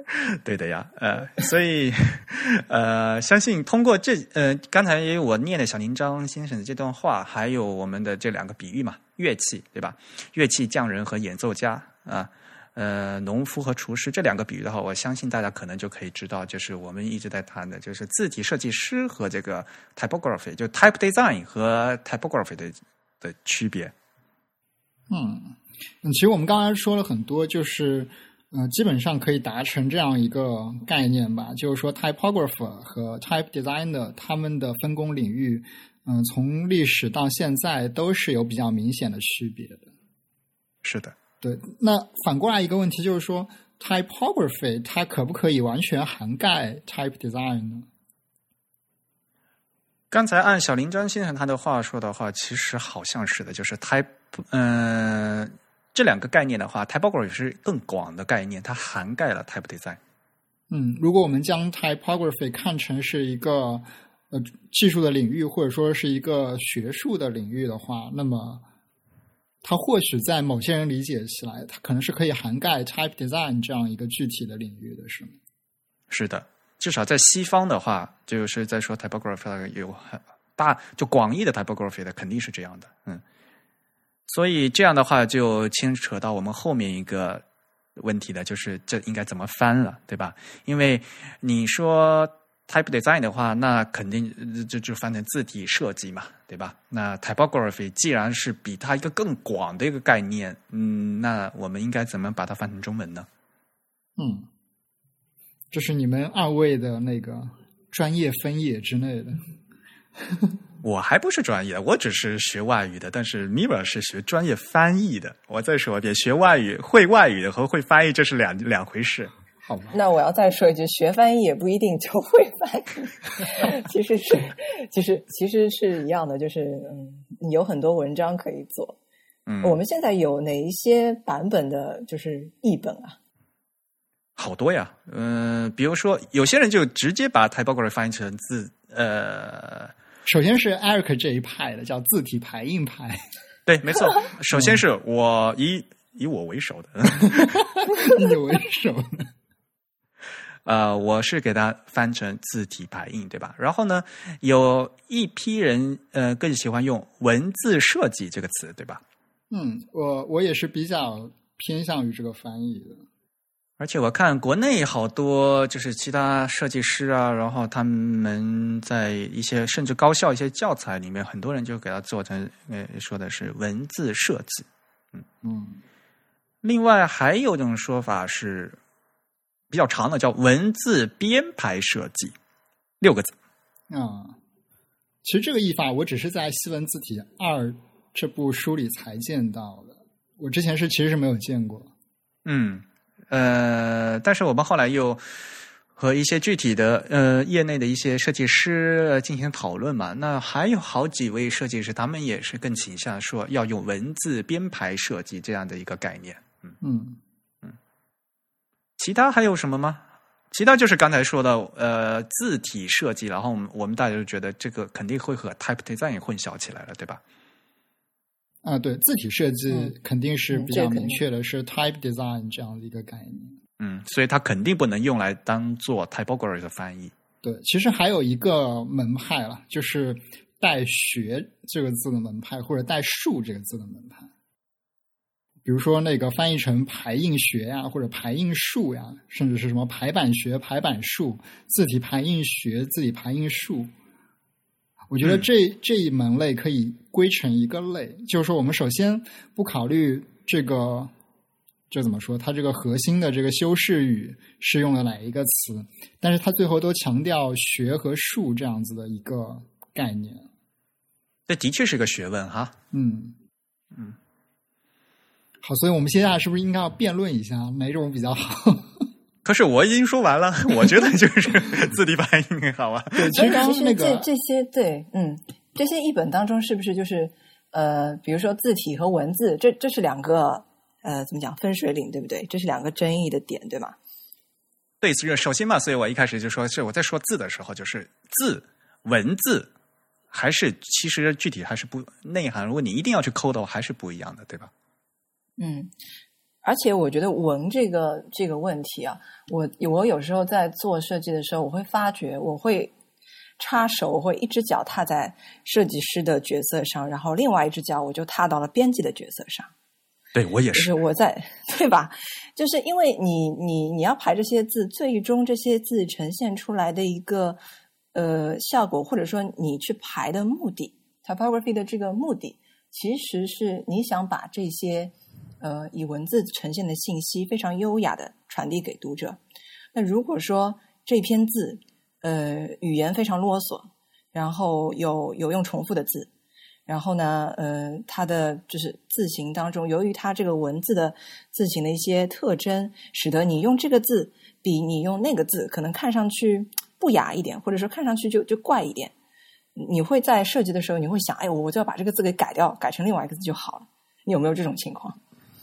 Speaker 1: 对的呀，呃，所以呃，相信通过这呃，刚才我念的小林章先生的这段话，还有我们的这两个比喻嘛，乐器对吧？乐器匠人和演奏家啊，呃，农夫和厨师这两个比喻的话，我相信大家可能就可以知道，就是我们一直在谈的，就是字体设计师和这个 typography， 就 type design 和 typography 的的区别。
Speaker 2: 嗯，嗯，其实我们刚才说了很多，就是呃，基本上可以达成这样一个概念吧，就是说 typographer 和 type designer 他们的分工领域，嗯、呃，从历史到现在都是有比较明显的区别的。
Speaker 1: 是的。
Speaker 2: 对，那反过来一个问题就是说 typography 它可不可以完全涵盖 type design 呢？
Speaker 1: 刚才按小林章先生他的话说的话，其实好像是的，就是 type， 嗯、呃，这两个概念的话 ，typography 是更广的概念，它涵盖了 type design。
Speaker 2: 嗯，如果我们将 typography 看成是一个呃技术的领域，或者说是一个学术的领域的话，那么它或许在某些人理解起来，它可能是可以涵盖 type design 这样一个具体的领域的，是吗？
Speaker 1: 是的。至少在西方的话，就是在说 typography 有很大就广义的 typography 的，肯定是这样的，嗯。所以这样的话就牵扯到我们后面一个问题的，就是这应该怎么翻了，对吧？因为你说 type design 的话，那肯定就就翻成字体设计嘛，对吧？那 typography 既然是比它一个更广的一个概念，嗯，那我们应该怎么把它翻成中文呢？
Speaker 2: 嗯。这是你们二位的那个专业分野之内的。
Speaker 1: 我还不是专业的，我只是学外语的，但是 Mira 是学专业翻译的。我再说一遍，学外语会外语的和会翻译这是两两回事，
Speaker 2: 好吧？
Speaker 3: 那我要再说一句，学翻译也不一定就会翻译，其实是，其实其实是一样的，就是嗯，有很多文章可以做。嗯，我们现在有哪一些版本的，就是译本啊？
Speaker 1: 好多呀，嗯、呃，比如说有些人就直接把 typography 翻译成字，呃，
Speaker 2: 首先是 Eric 这一派的，叫字体排印派。
Speaker 1: 对，没错。首先是我以以我为首的，
Speaker 2: 以你为首的。
Speaker 1: 呃，我是给它翻成字体排印，对吧？然后呢，有一批人呃更喜欢用文字设计这个词，对吧？
Speaker 2: 嗯，我我也是比较偏向于这个翻译的。
Speaker 1: 而且我看国内好多就是其他设计师啊，然后他们在一些甚至高校一些教材里面，很多人就给它做成呃说的是文字设计。嗯嗯。另外还有一种说法是比较长的，叫文字编排设计，六个字。
Speaker 2: 啊、嗯，其实这个译法我只是在《西文字体二》这部书里才见到的，我之前是其实是没有见过。
Speaker 1: 嗯。呃，但是我们后来又和一些具体的呃业内的一些设计师进行讨论嘛，那还有好几位设计师，他们也是更倾向说要用文字编排设计这样的一个概念。嗯嗯嗯。其他还有什么吗？其他就是刚才说的呃字体设计，然后我们我们大家就觉得这个肯定会和 type design 混淆起来了，对吧？
Speaker 2: 啊，对，字体设计肯定是比较明确的，嗯、是 type design 这样的一个概念。
Speaker 1: 嗯，所以它肯定不能用来当做 typography 的翻译。
Speaker 2: 对，其实还有一个门派了，就是带学这个字的门派，或者带术这个字的门派。比如说那个翻译成排印学呀，或者排印术呀，甚至是什么排版学、排版术、字体排印学、字体排印术。我觉得这、嗯、这一门类可以归成一个类，就是说我们首先不考虑这个这怎么说，它这个核心的这个修饰语是用了哪一个词，但是它最后都强调学和术这样子的一个概念。
Speaker 1: 这的确是个学问哈。
Speaker 2: 嗯嗯。好，所以我们接下来是不是应该要辩论一下哪种比较好？
Speaker 1: 可是我已经说完了，我觉得就是字体排印好啊。
Speaker 2: 对，其实刚刚那个
Speaker 3: 这这些对，嗯，这些译本当中是不是就是呃，比如说字体和文字，这这是两个呃，怎么讲分水岭，对不对？这是两个争议的点，对吗？
Speaker 1: 对，首先嘛，所以我一开始就说是我在说字的时候，就是字文字还是其实具体还是不内涵，如果你一定要去抠的话，还是不一样的，对吧？
Speaker 3: 嗯。 而且我觉得文这个这个问题啊，我我有时候在做设计的时候，我会发觉我会插手，我会一只脚踏在设计师的角色上，然后另外一只脚我就踏到了编辑的角色上。
Speaker 1: 对，我也是。
Speaker 3: 就是我在，对吧？就是因为你你你要排这些字，最终这些字呈现出来的一个呃效果，或者说你去排的目的 ，typography 的这个目的，其实是你想把这些呃以文字呈现的信息非常优雅的传递给读者。那如果说这篇字呃语言非常啰嗦，然后有有用重复的字。然后呢，呃，它的就是字形当中，由于它这个文字的字形的一些特征，使得你用这个字比你用那个字可能看上去不雅一点，或者说看上去就就怪一点。你会在设计的时候，你会想，哎，我就要把这个字给改掉，改成另外一个字就好了。你有没有这种情况？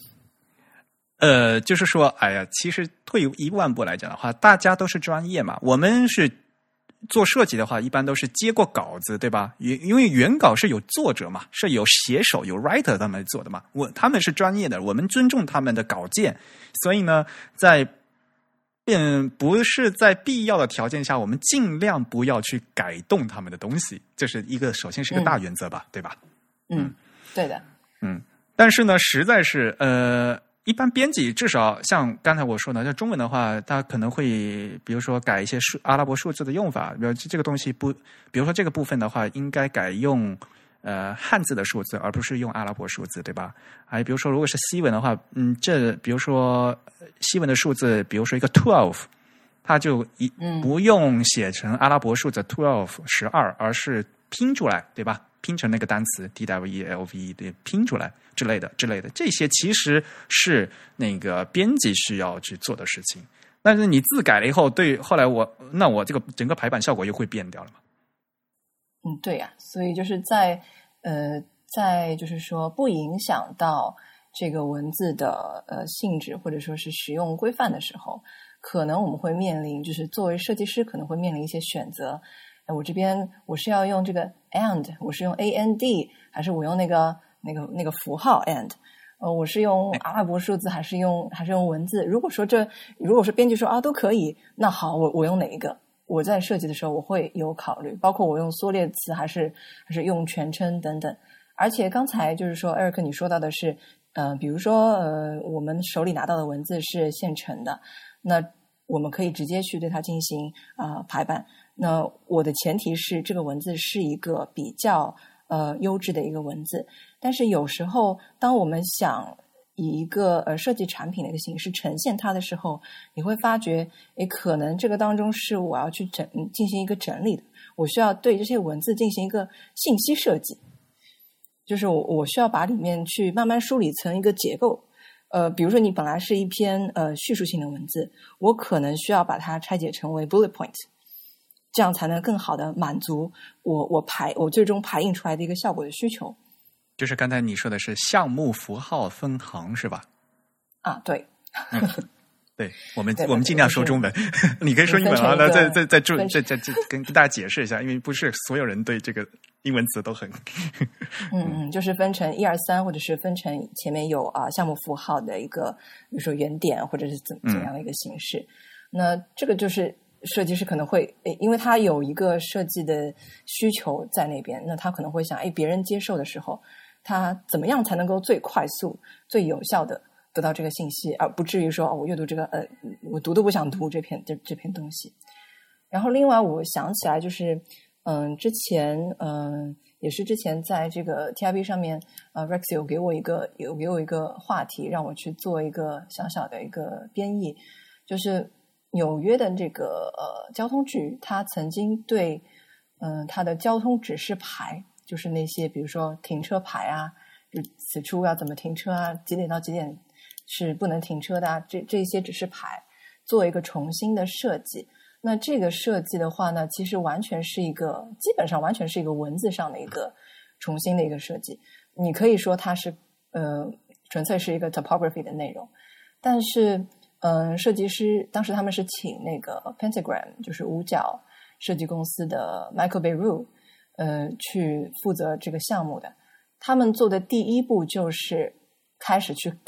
Speaker 1: 呃，就是说，哎呀，其实退一万步来讲的话，大家都是专业嘛，我们是。做设计的话，一般都是接过稿子，对吧？因为原稿是有作者嘛，是有写手、有 writer 他们做的嘛。我他们是专业的，我们尊重他们的稿件，所以呢，在嗯不是在必要的条件下，我们尽量不要去改动他们的东西，这是一个首先是一个大原则吧，嗯、对吧？
Speaker 3: 嗯，对的，
Speaker 1: 嗯，但是呢，实在是呃。一般编辑至少像刚才我说的，像中文的话，它可能会比如说改一些数阿拉伯数字的用法，比如这个东西不，比如说这个部分的话，应该改用呃汉字的数字，而不是用阿拉伯数字，对吧？还比如说，如果是西文的话，嗯，这比如说西文的数字，比如说一个 twelve， 它就一不用写成阿拉伯数字 twelve 十二，而是拼出来，对吧？拼成那个单词 D W E L V E 的拼出来之类的之类的，这些其实是那个编辑需要去做的事情。但是你字改了以后，对后来我那我这个整个排版效果又会变掉了嘛？
Speaker 3: 嗯，对呀、啊，所以就是在呃，在就是说不影响到这个文字的呃性质或者说是使用规范的时候，可能我们会面临，就是作为设计师可能会面临一些选择。我这边我是要用这个 and， 我是用 A N D， 还是我用那个那个那个符号 and？ 呃，我是用阿拉伯数字还是用还是用文字？如果说这如果说编辑说啊都可以，那好，我我用哪一个？我在设计的时候我会有考虑，包括我用缩略词还是还是用全称等等。而且刚才就是说 Eric 你说到的是，呃，比如说呃我们手里拿到的文字是现成的，那我们可以直接去对它进行啊、呃、排版。那我的前提是这个文字是一个比较呃优质的一个文字，但是有时候当我们想以一个呃设计产品的一个形式呈现它的时候，你会发觉，诶，可能这个当中是我要去整进行一个整理的，我需要对这些文字进行一个信息设计，就是我我需要把里面去慢慢梳理成一个结构。呃，比如说你本来是一篇呃叙述性的文字，我可能需要把它拆解成为 bullet point。这样才能更好的满足我我排我最终排印出来的一个效果的需求。
Speaker 1: 就是刚才你说的是项目符号分行是吧？
Speaker 3: 啊，对，
Speaker 1: 嗯、对，我们
Speaker 3: 对
Speaker 1: 我们尽量说中文，你可以说英文啊，那再再再注再再再跟跟大家解释一下，因为不是所有人对这个英文词都很
Speaker 3: 嗯嗯，就是分成一二三，或者是分成前面有啊项目符号的一个，比如说原点或者是怎怎样的一个形式。嗯、那这个就是设计师可能会，因为他有一个设计的需求在那边，那他可能会想，哎，别人接受的时候，他怎么样才能够最快速、最有效的得到这个信息，而不至于说，哦，我阅读这个，呃，我读都不想读这篇这这篇东西。然后，另外我想起来，就是，嗯，之前，嗯，也是之前在这个 T I B 上面，呃 ，Rex 有给我一个有给我一个话题，让我去做一个小小的一个编译，就是纽约的这个呃交通局，它曾经对嗯、呃、它的交通指示牌，就是那些比如说停车牌啊，就此处要怎么停车啊，几点到几点是不能停车的啊，这这些指示牌做一个重新的设计。那这个设计的话呢，其实完全是一个基本上完全是一个文字上的一个重新的一个设计。你可以说它是呃纯粹是一个 topography 的内容，但是嗯，设计师当时他们是请那个 Pentagram， 就是五角设计公司的 Michael Beyroux， 呃，去负责这个项目的。他们做的第一步就是开始去改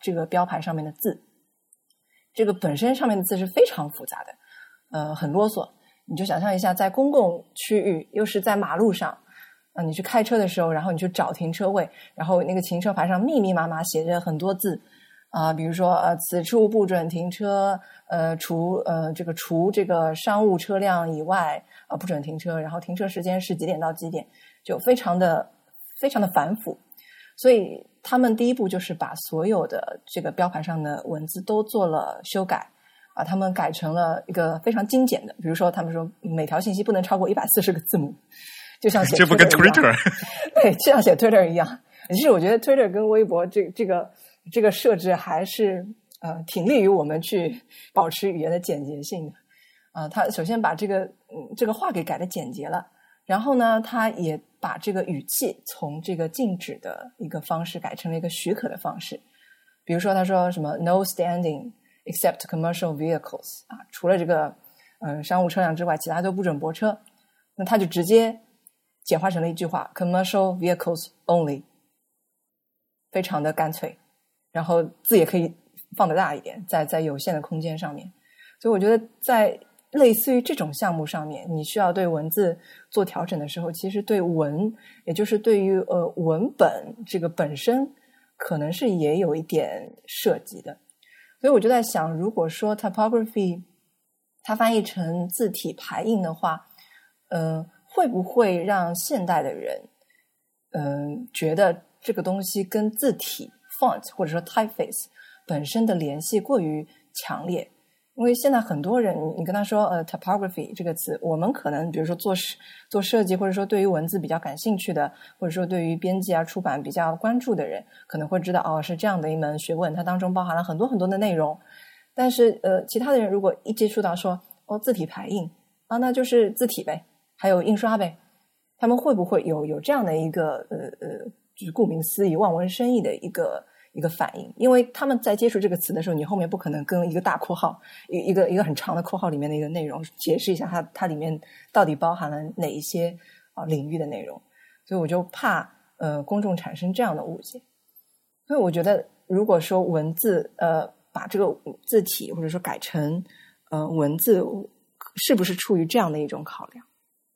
Speaker 3: 这个标牌上面的字。这个本身上面的字是非常复杂的，呃，很啰嗦。你就想象一下，在公共区域，又是在马路上，呃，你去开车的时候，然后你去找停车位，然后那个停车牌上密密麻麻写着很多字啊、呃，比如说呃，此处不准停车，呃，除呃这个除这个商务车辆以外啊、呃、不准停车，然后停车时间是几点到几点，就非常的非常的繁复。所以他们第一步就是把所有的这个标牌上的文字都做了修改。把它们改成了一个非常精简的，比如说他们说每条信息不能超过一百四十个字母，就像写 Twitter
Speaker 1: 这不跟 Twitter
Speaker 3: 对，就像写 Twitter 一样。其实我觉得 Twitter 跟微博这这个这个设置还是呃挺利于我们去保持语言的简洁性的啊、呃。他首先把这个嗯这个话给改的简洁了，然后呢，他也把这个语气从这个禁止的一个方式改成了一个许可的方式。比如说他说什么 No standing。except commercial vehicles 啊，除了这个嗯商务车辆之外，其他都不准泊车。那他就直接简化成了一句话 commercial vehicles only， 非常的干脆，然后字也可以放得大一点，在在有限的空间上面。所以我觉得在类似于这种项目上面，你需要对文字做调整的时候，其实对文，也就是对于呃文本这个本身，可能是也有一点涉及的。所以我就在想，如果说 typography 它翻译成字体排印的话，呃，会不会让现代的人嗯、呃，觉得这个东西跟字体 font 或者说 typeface 本身的联系过于强烈？因为现在很多人你跟他说呃 typography 这个词，我们可能比如说做做设计，或者说对于文字比较感兴趣的，或者说对于编辑啊出版比较关注的人，可能会知道哦是这样的一门学问，它当中包含了很多很多的内容。但是呃其他的人如果一接触到说哦字体排印啊，那就是字体呗，还有印刷呗，他们会不会有有这样的一个呃呃就是顾名思义望文生义的一个一个反应？因为他们在接触这个词的时候，你后面不可能跟一个大括号一一个一个很长的括号里面的一个内容解释一下它它里面到底包含了哪一些啊、呃、领域的内容，所以我就怕呃公众产生这样的误解。所以我觉得如果说文字呃把这个字体或者说改成呃文字，是不是出于这样的一种考量？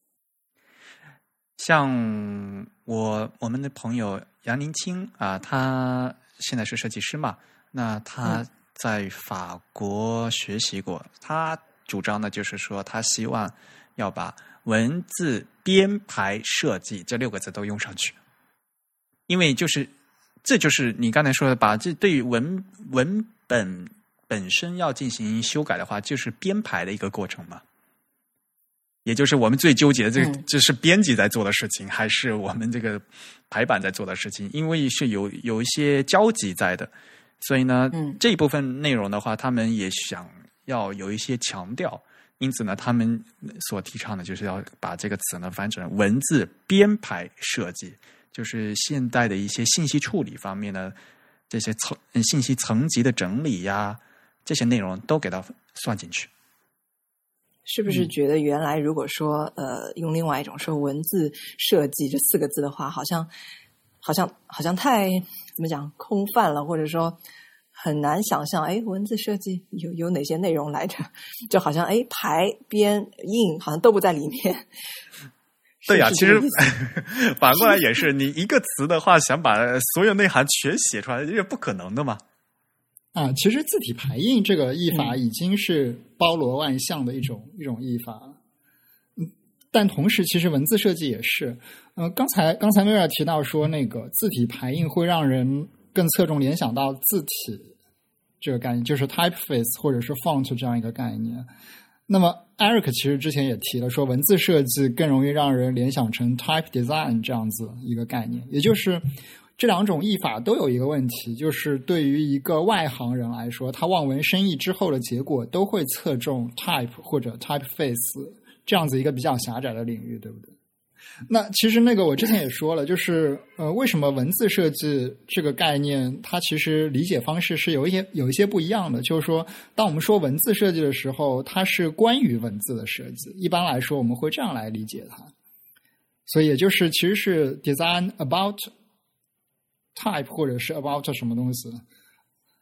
Speaker 1: 像我我们的朋友杨林清啊，他现在是设计师嘛，那他在法国学习过，嗯、他主张的就是说，他希望要把文字编排设计这六个字都用上去，因为就是这就是你刚才说的，把这对于文文本本身要进行修改的话，就是编排的一个过程嘛。也就是我们最纠结的这个，
Speaker 3: 嗯、
Speaker 1: 这是编辑在做的事情，还是我们这个排版在做的事情？因为是有有一些交集在的，所以呢，
Speaker 3: 嗯、
Speaker 1: 这一部分内容的话，他们也想要有一些强调，因此呢，他们所提倡的就是要把这个词呢翻成文字编排设计，就是现代的一些信息处理方面呢，这些层信息层级的整理呀，这些内容都给它算进去。
Speaker 3: 是不是觉得原来如果说呃用另外一种说文字设计这四个字的话，好像好像好像太怎么讲空泛了，或者说很难想象，哎，文字设计有有哪些内容来着？就好像哎排编印好像都不在里面。
Speaker 1: 对呀、啊，其实反过来也是，你一个词的话，想把所有内涵全写出来，这是不可能的嘛。
Speaker 2: 啊，其实字体排印这个译法已经是包罗万象的一种、嗯、一种译法了。嗯，但同时其实文字设计也是。呃，刚才刚才 Mira 提到说，那个字体排印会让人更侧重联想到字体这个概念，就是 typeface 或者是 font 这样一个概念。那么 Eric 其实之前也提了说，文字设计更容易让人联想成 type design 这样子一个概念，也就是这两种译法都有一个问题，就是对于一个外行人来说，他望文生义之后的结果都会侧重 type 或者 typeface 这样子一个比较狭窄的领域，对不对？那其实那个我之前也说了，就是呃，为什么文字设计这个概念它其实理解方式是有一些有一些不一样的，就是说当我们说文字设计的时候，它是关于文字的设计，一般来说我们会这样来理解它，所以也就是其实是 design about type 或者是 about 什么东西，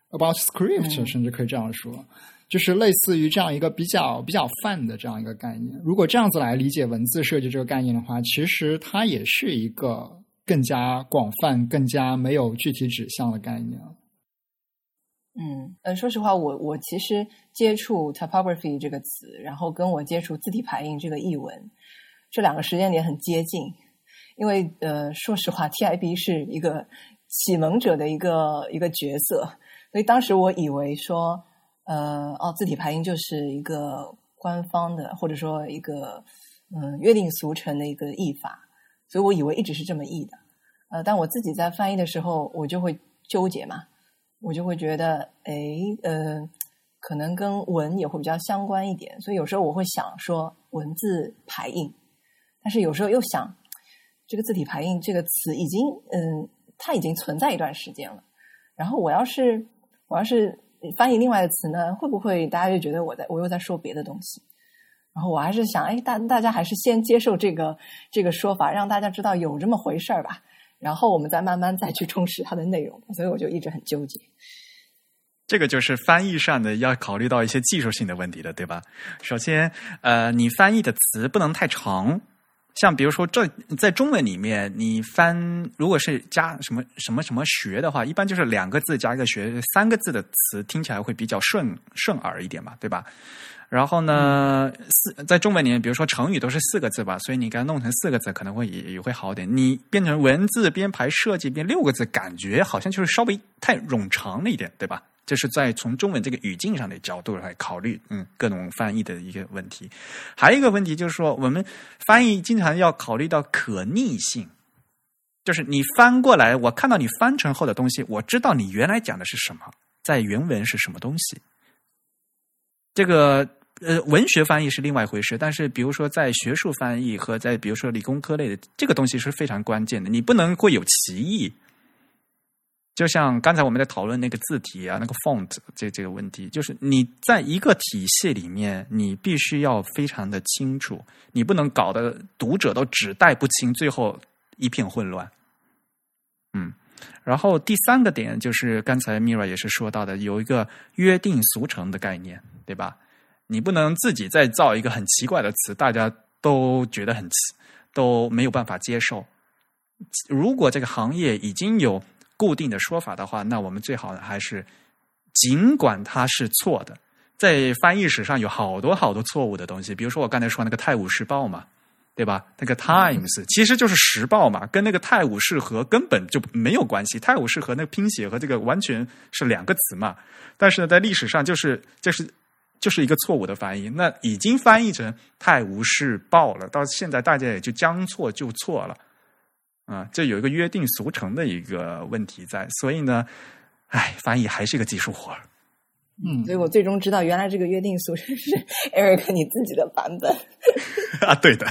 Speaker 2: about script，、嗯、甚至可以这样说，就是类似于这样一个比较比较泛的这样一个概念。如果这样子来理解文字设计这个概念的话，其实它也是一个更加广泛、更加没有具体指向的概念。
Speaker 3: 嗯，呃，说实话，我我其实接触 typography 这个词，然后跟我接触字体排印这个译文，这两个时间点很接近。因为呃，说实话 ，T I B 是一个启蒙者的一个一个角色，所以当时我以为说，呃，哦，字体排印就是一个官方的，或者说一个嗯、呃、约定俗成的一个译法，所以我以为一直是这么译的。呃，但我自己在翻译的时候，我就会纠结嘛。我就会觉得，诶，呃，可能跟文也会比较相关一点，所以有时候我会想说文字排印，但是有时候又想，这个字体排印这个词已经，嗯，它已经存在一段时间了。然后我要是我要是翻译另外的词呢，会不会大家就觉得我在我又在说别的东西？然后我还是想，哎，大大家还是先接受这个这个说法，让大家知道有这么回事儿吧。然后我们再慢慢再去充实它的内容，所以我就一直很纠结。
Speaker 1: 这个就是翻译上的要考虑到一些技术性的问题的，对吧？首先，呃，你翻译的词不能太长，像比如说这在中文里面，你翻如果是加什么什么什么学的话，一般就是两个字加一个学，三个字的词听起来会比较顺顺耳一点嘛，对吧？然后呢，四在中文里面，比如说成语都是四个字吧，所以你给它弄成四个字可能会也也会好点。你变成文字编排设计变六个字，感觉好像就是稍微太冗长了一点，对吧？这是在从中文这个语境上的角度来考虑，嗯，各种翻译的一个问题。还有一个问题就是说，我们翻译经常要考虑到可逆性，就是你翻过来，我看到你翻成后的东西，我知道你原来讲的是什么，在原文是什么东西。这个呃，文学翻译是另外一回事，但是比如说在学术翻译和在比如说理工科类的，这个东西是非常关键的，你不能会有歧义。就像刚才我们在讨论那个字体啊，那个 font 这这个问题，就是你在一个体系里面，你必须要非常的清楚，你不能搞得读者都指代不清，最后一片混乱。嗯。然后第三个点就是刚才 Mira 也是说到的，有一个约定俗成的概念，对吧？你不能自己再造一个很奇怪的词，大家都觉得很奇，都没有办法接受。如果这个行业已经有固定的说法的话，那我们最好还是尽管它是错的，在翻译史上有好多好多错误的东西，比如说我刚才说那个《泰晤士报》嘛，对吧？那个 Times 其实就是时报嘛，跟那个泰晤士河根本就没有关系。泰晤士河那个拼写和这个完全是两个词嘛。但是呢，在历史上就是就是就是一个错误的翻译，那已经翻译成泰晤士报了，到现在大家也就将错就错了啊，这有一个约定俗成的一个问题在。所以呢，哎，翻译还是一个技术活儿。
Speaker 3: 嗯，所以我最终知道，原来这个约定俗成是 Eric 你自己的版本
Speaker 1: 啊，对的。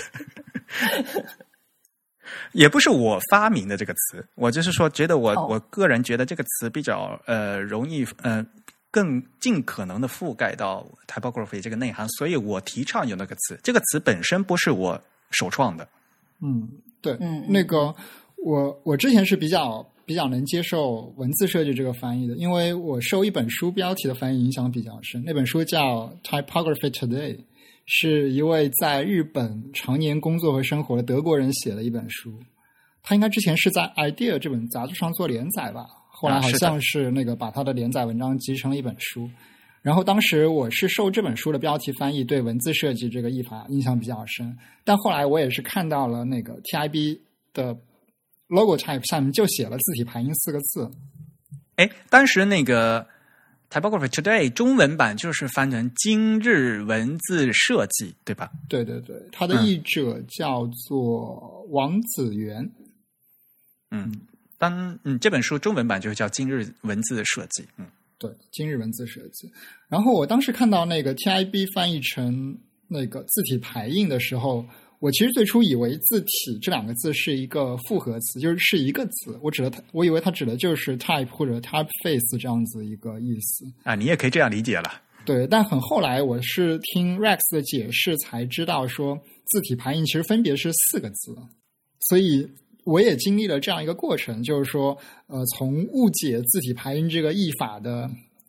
Speaker 1: 也不是我发明的这个词，我就是说觉得我、哦、我个人觉得这个词比较呃容易呃更尽可能的覆盖到 typography 这个内涵，所以我提倡有那个词。这个词本身不是我首创的。
Speaker 2: 嗯，对，嗯，那个我我之前是比较比较能接受文字设计这个翻译的，因为我受一本书标题的翻译影响比较深。那本书叫 Typography Today， 是一位在日本常年工作和生活的德国人写的一本书。他应该之前是在 Idea 这本杂志上做连载吧，后来好像是那个把他的连载文章集成了一本书。然后当时我是受这本书的标题翻译对文字设计这个译法印象比较深，但后来我也是看到了那个 T I B 的 logo type 下面就写了字体排音四个字。
Speaker 1: 哎，当时那个 Typography Today 中文版就是翻成今日文字设计，对吧？
Speaker 2: 对对对，他的译者叫做王子元。
Speaker 1: 嗯，当嗯这本书中文版就是叫今日文字设计。嗯，
Speaker 2: 对，今日文字设计。然后我当时看到那个 T I B 翻译成那个字体排印的时候，我其实最初以为字体这两个字是一个复合词，就是是一个词，我指的我以为它指的就是 type 或者 typeface 这样子一个意思
Speaker 1: 啊，你也可以这样理解了。
Speaker 2: 对，但很后来我是听 Rex 的解释才知道说字体排印其实分别是四个字，所以我也经历了这样一个过程，就是说呃，从误解字体排印这个译法的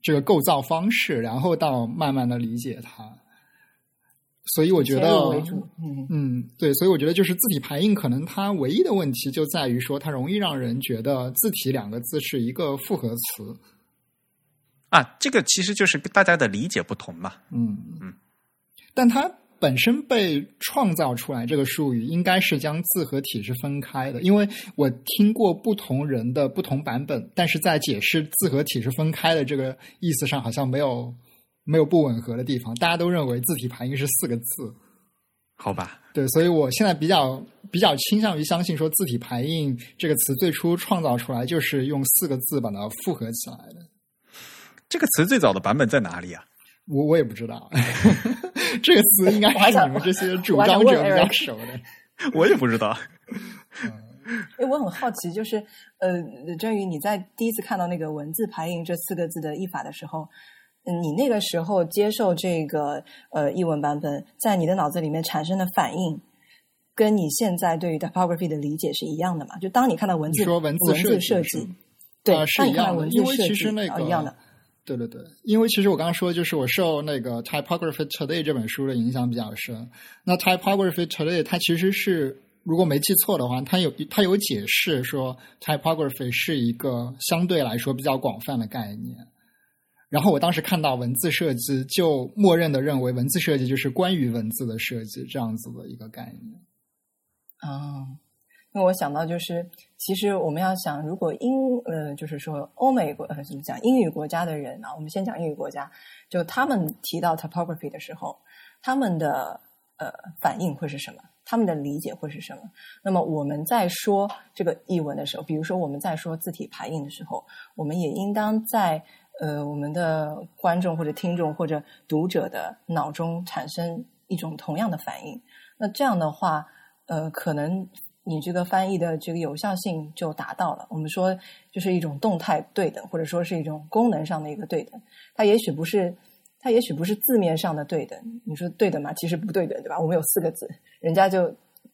Speaker 2: 这个构造方式，然后到慢慢的理解它。所以我觉得，嗯嗯，对，所以我觉得就是字体排印可能它唯一的问题就在于说，它容易让人觉得字体两个字是一个复合词。
Speaker 1: 啊，这个其实就是大家的理解不同嘛。
Speaker 2: 嗯嗯，但它本身被创造出来这个术语，应该是将字和体是分开的。因为我听过不同人的不同版本，但是在解释字和体是分开的这个意思上，好像没有没有不吻合的地方。大家都认为字体排印是四个字，
Speaker 1: 好吧？
Speaker 2: 对，所以我现在比较比较倾向于相信说，字体排印这个词最初创造出来就是用四个字把它复合起来的。
Speaker 1: 这个词最早的版本在哪里啊？
Speaker 2: 我我也不知道，这个词应该是你们这些主张者比较熟的。
Speaker 1: 我也不知道。
Speaker 3: 哎，我很好奇，就是呃，郑宇，你在第一次看到那个文字排印这四个字的译法的时候，你那个时候接受这个呃译文版本，在你的脑子里面产生的反应，跟你现在对于 typography 的理解是一样的嘛？就当你看到文字，
Speaker 2: 你说文字
Speaker 3: 文字设计，对，
Speaker 2: 啊、是一样的，因为其实那个、
Speaker 3: 哦、一样的。
Speaker 2: 对对对，因为其实我刚刚说，就是我受那个 Typography Today 这本书的影响比较深。那 Typography Today 它其实是，如果没记错的话，它有它有解释说 Typography 是一个相对来说比较广泛的概念。然后我当时看到文字设计，就默认的认为文字设计就是关于文字的设计这样子的一个概念。
Speaker 3: 啊。因为我想到就是，其实我们要想，如果英呃，就是说欧美国呃怎么讲英语国家的人啊，我们先讲英语国家，就他们提到 typography 的时候，他们的呃反应会是什么？他们的理解会是什么？那么我们在说这个译文的时候，比如说我们在说字体排印的时候，我们也应当在呃我们的观众或者听众或者读者的脑中产生一种同样的反应。那这样的话，呃，可能你这个翻译的这个有效性就达到了。我们说就是一种动态对等，或者说是一种功能上的一个对等。它也许不是，它也许不是字面上的对等。你说对等吗？其实不对等，对吧？我们有四个字，人家就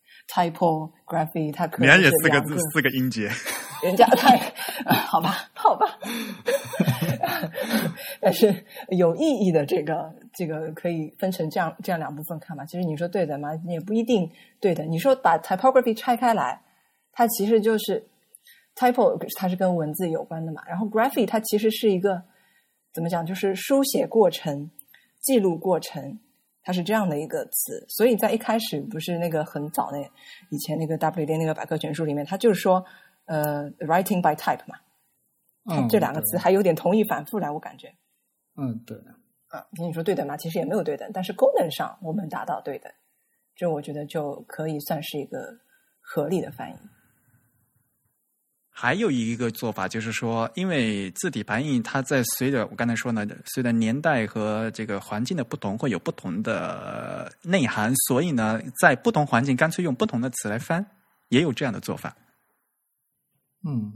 Speaker 3: typography， 它可能是
Speaker 1: 人家也四个字，四个音节。
Speaker 3: 人家太、啊、好吧，好吧。但是有意义的这个这个可以分成这样这样两部分看嘛。其实你说对的吗？也不一定对的。你说把 typography 拆开来，它其实就是 typo， 它是跟文字有关的嘛。然后 graphy 它其实是一个怎么讲，就是书写过程、记录过程，它是这样的一个词。所以在一开始不是那个很早那以前那个 W 零那个百科全书里面，它就是说呃 writing by type 嘛。
Speaker 2: 嗯，
Speaker 3: 这两个词还有点同义反复来，我感觉。
Speaker 2: 嗯，对。
Speaker 3: 啊，你说对等吗？其实也没有对等，但是功能上我们达到对等，这我觉得就可以算是一个合理的翻译。
Speaker 1: 还有一个做法就是说，因为字体排印它在随着我刚才说呢，随着年代和这个环境的不同，会有不同的内涵，所以呢，在不同环境干脆用不同的词来翻，也有这样的做法。
Speaker 2: 嗯。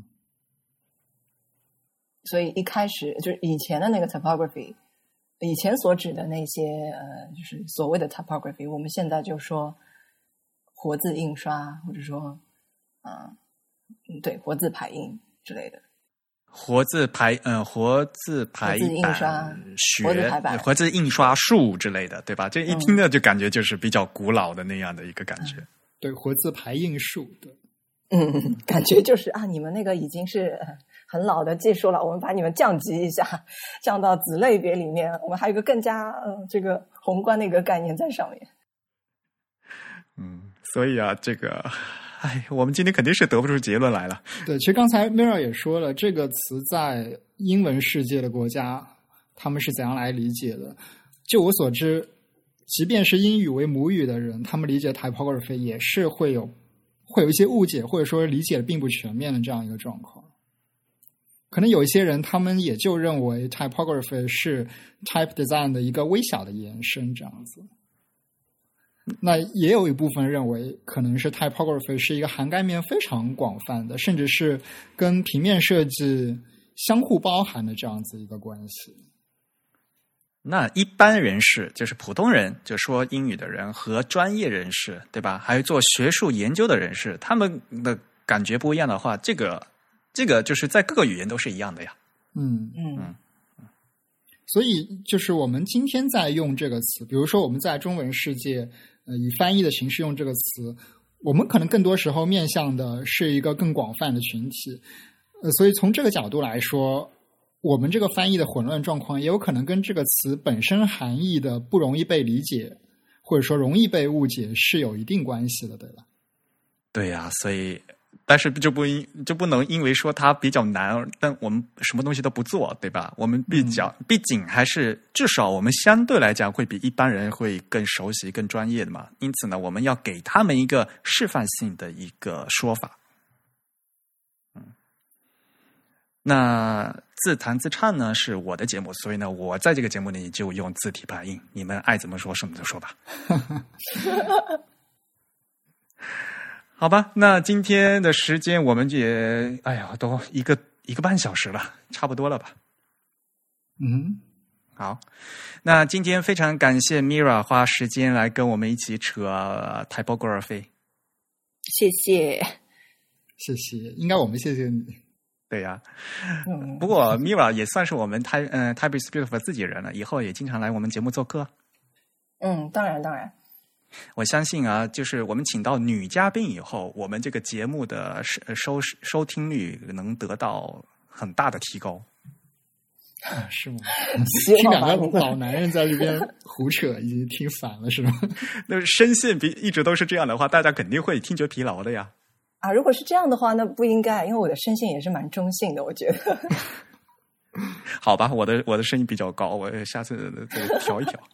Speaker 3: 所以一开始就是以前的那个 typography， 以前所指的那些呃，就是所谓的 typography， 我们现在就说活字印刷，或者说嗯，对，活字排印之类的。
Speaker 1: 活字排嗯、呃，活字排版学，
Speaker 3: 活字排版，
Speaker 1: 活字印刷术之类的，对吧？这一听的就感觉就是比较古老的那样的一个感觉。
Speaker 2: 嗯、对，活字排印术的。
Speaker 3: 嗯，感觉就是啊，你们那个已经是很老的技术了，我们把你们降级一下，降到子类别里面，我们还有一个更加呃这个宏观的一个概念在上面。
Speaker 1: 嗯，所以啊，这个，哎，我们今天肯定是得不出结论来了。
Speaker 2: 对，其实刚才 Mira 也说了，这个词在英文世界的国家，他们是怎样来理解的？就我所知，即便是英语为母语的人，他们理解 typography 也是会有。会有一些误解，或者说理解的并不全面的这样一个状况。可能有一些人他们也就认为 typography 是 type design 的一个微小的延伸这样子。那也有一部分认为可能是 typography 是一个涵盖面非常广泛的，甚至是跟平面设计相互包含的这样子一个关系。
Speaker 1: 那一般人士就是普通人，就说英语的人和专业人士，对吧？还有做学术研究的人士，他们的感觉不一样的话，这个这个就是在各个语言都是一样的呀。
Speaker 2: 嗯
Speaker 3: 嗯。
Speaker 2: 所以就是我们今天在用这个词，比如说我们在中文世界呃以翻译的形式用这个词，我们可能更多时候面向的是一个更广泛的群体。呃，所以从这个角度来说，我们这个翻译的混乱状况也有可能跟这个词本身含义的不容易被理解，或者说容易被误解是有一定关系的，对吧？
Speaker 1: 对呀、啊，所以但是就不就不能因为说它比较难，但我们什么东西都不做，对吧？我们比较、嗯、毕竟还是至少我们相对来讲会比一般人会更熟悉、更专业的嘛。因此呢，我们要给他们一个示范性的一个说法。嗯，那自弹自唱呢是我的节目，所以呢，我在这个节目里就用字体排印，你们爱怎么说什么就说吧。好吧，那今天的时间我们也，哎呀，都一个一个半小时了，差不多了吧？
Speaker 2: 嗯，
Speaker 1: 好，那今天非常感谢 Mira 花时间来跟我们一起扯 typography。
Speaker 3: 谢谢，
Speaker 2: 谢谢，应该我们谢谢你。
Speaker 1: 对呀、啊，不过 Mira 也算是我们 Type 呃 Type is Beautiful 自己人了，以后也经常来我们节目做客。
Speaker 3: 嗯，当然当然。
Speaker 1: 我相信啊，就是我们请到女嘉宾以后，我们这个节目的收收听率能得到很大的提高。
Speaker 2: 啊、是吗？听两个老男人在这边胡扯，已经听烦了，是吗？
Speaker 1: 那声线比一直都是这样的话，大家肯定会听觉疲劳的呀。
Speaker 3: 啊，如果是这样的话，那不应该，因为我的声线也是蛮中性的，我觉得。
Speaker 1: 好吧，我的我的声音比较高，我下次这个调一调。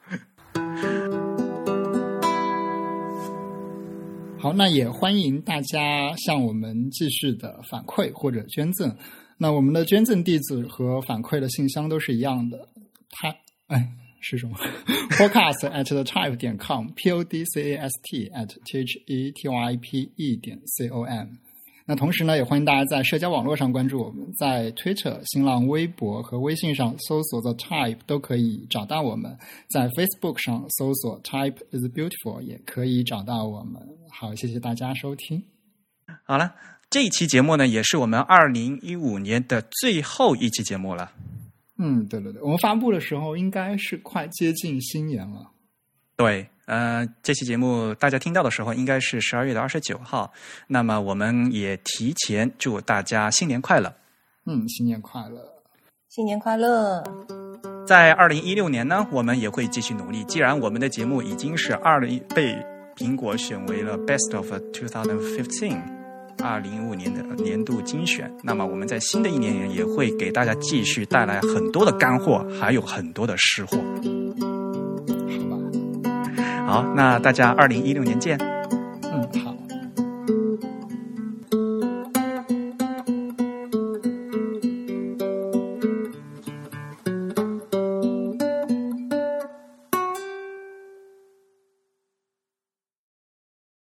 Speaker 2: 好，那也欢迎大家向我们继续的反馈或者捐赠。那我们的捐赠地址和反馈的信箱都是一样的，它哎是什么 ？podcast at the type 点 com，p o d c a s t at t h e t y p e 点 c o m。那同时呢，也欢迎大家在社交网络上关注我们，在 Twitter、新浪微博和微信上搜索 The Type 都可以找到我们，在 Facebook 上搜索 Type is Beautiful 也可以找到我们。好，谢谢大家收听。
Speaker 1: 好了，这一期节目呢，也是我们二零一五年的最后一期节目了。
Speaker 2: 嗯，对对对，我们发布的时候应该是快接近新年了。
Speaker 1: 对，呃，这期节目大家听到的时候应该是十二月的二十九号，那么我们也提前祝大家新年快乐。
Speaker 2: 嗯，新年快乐，
Speaker 3: 新年快乐。
Speaker 1: 在二零一六年呢，我们也会继续努力。既然我们的节目已经是二零被苹果选为了 Best of twenty fifteen 二零一五年的年度精选，那么我们在新的一年也会给大家继续带来很多的干货，还有很多的湿货。好，那大家二零一六年见。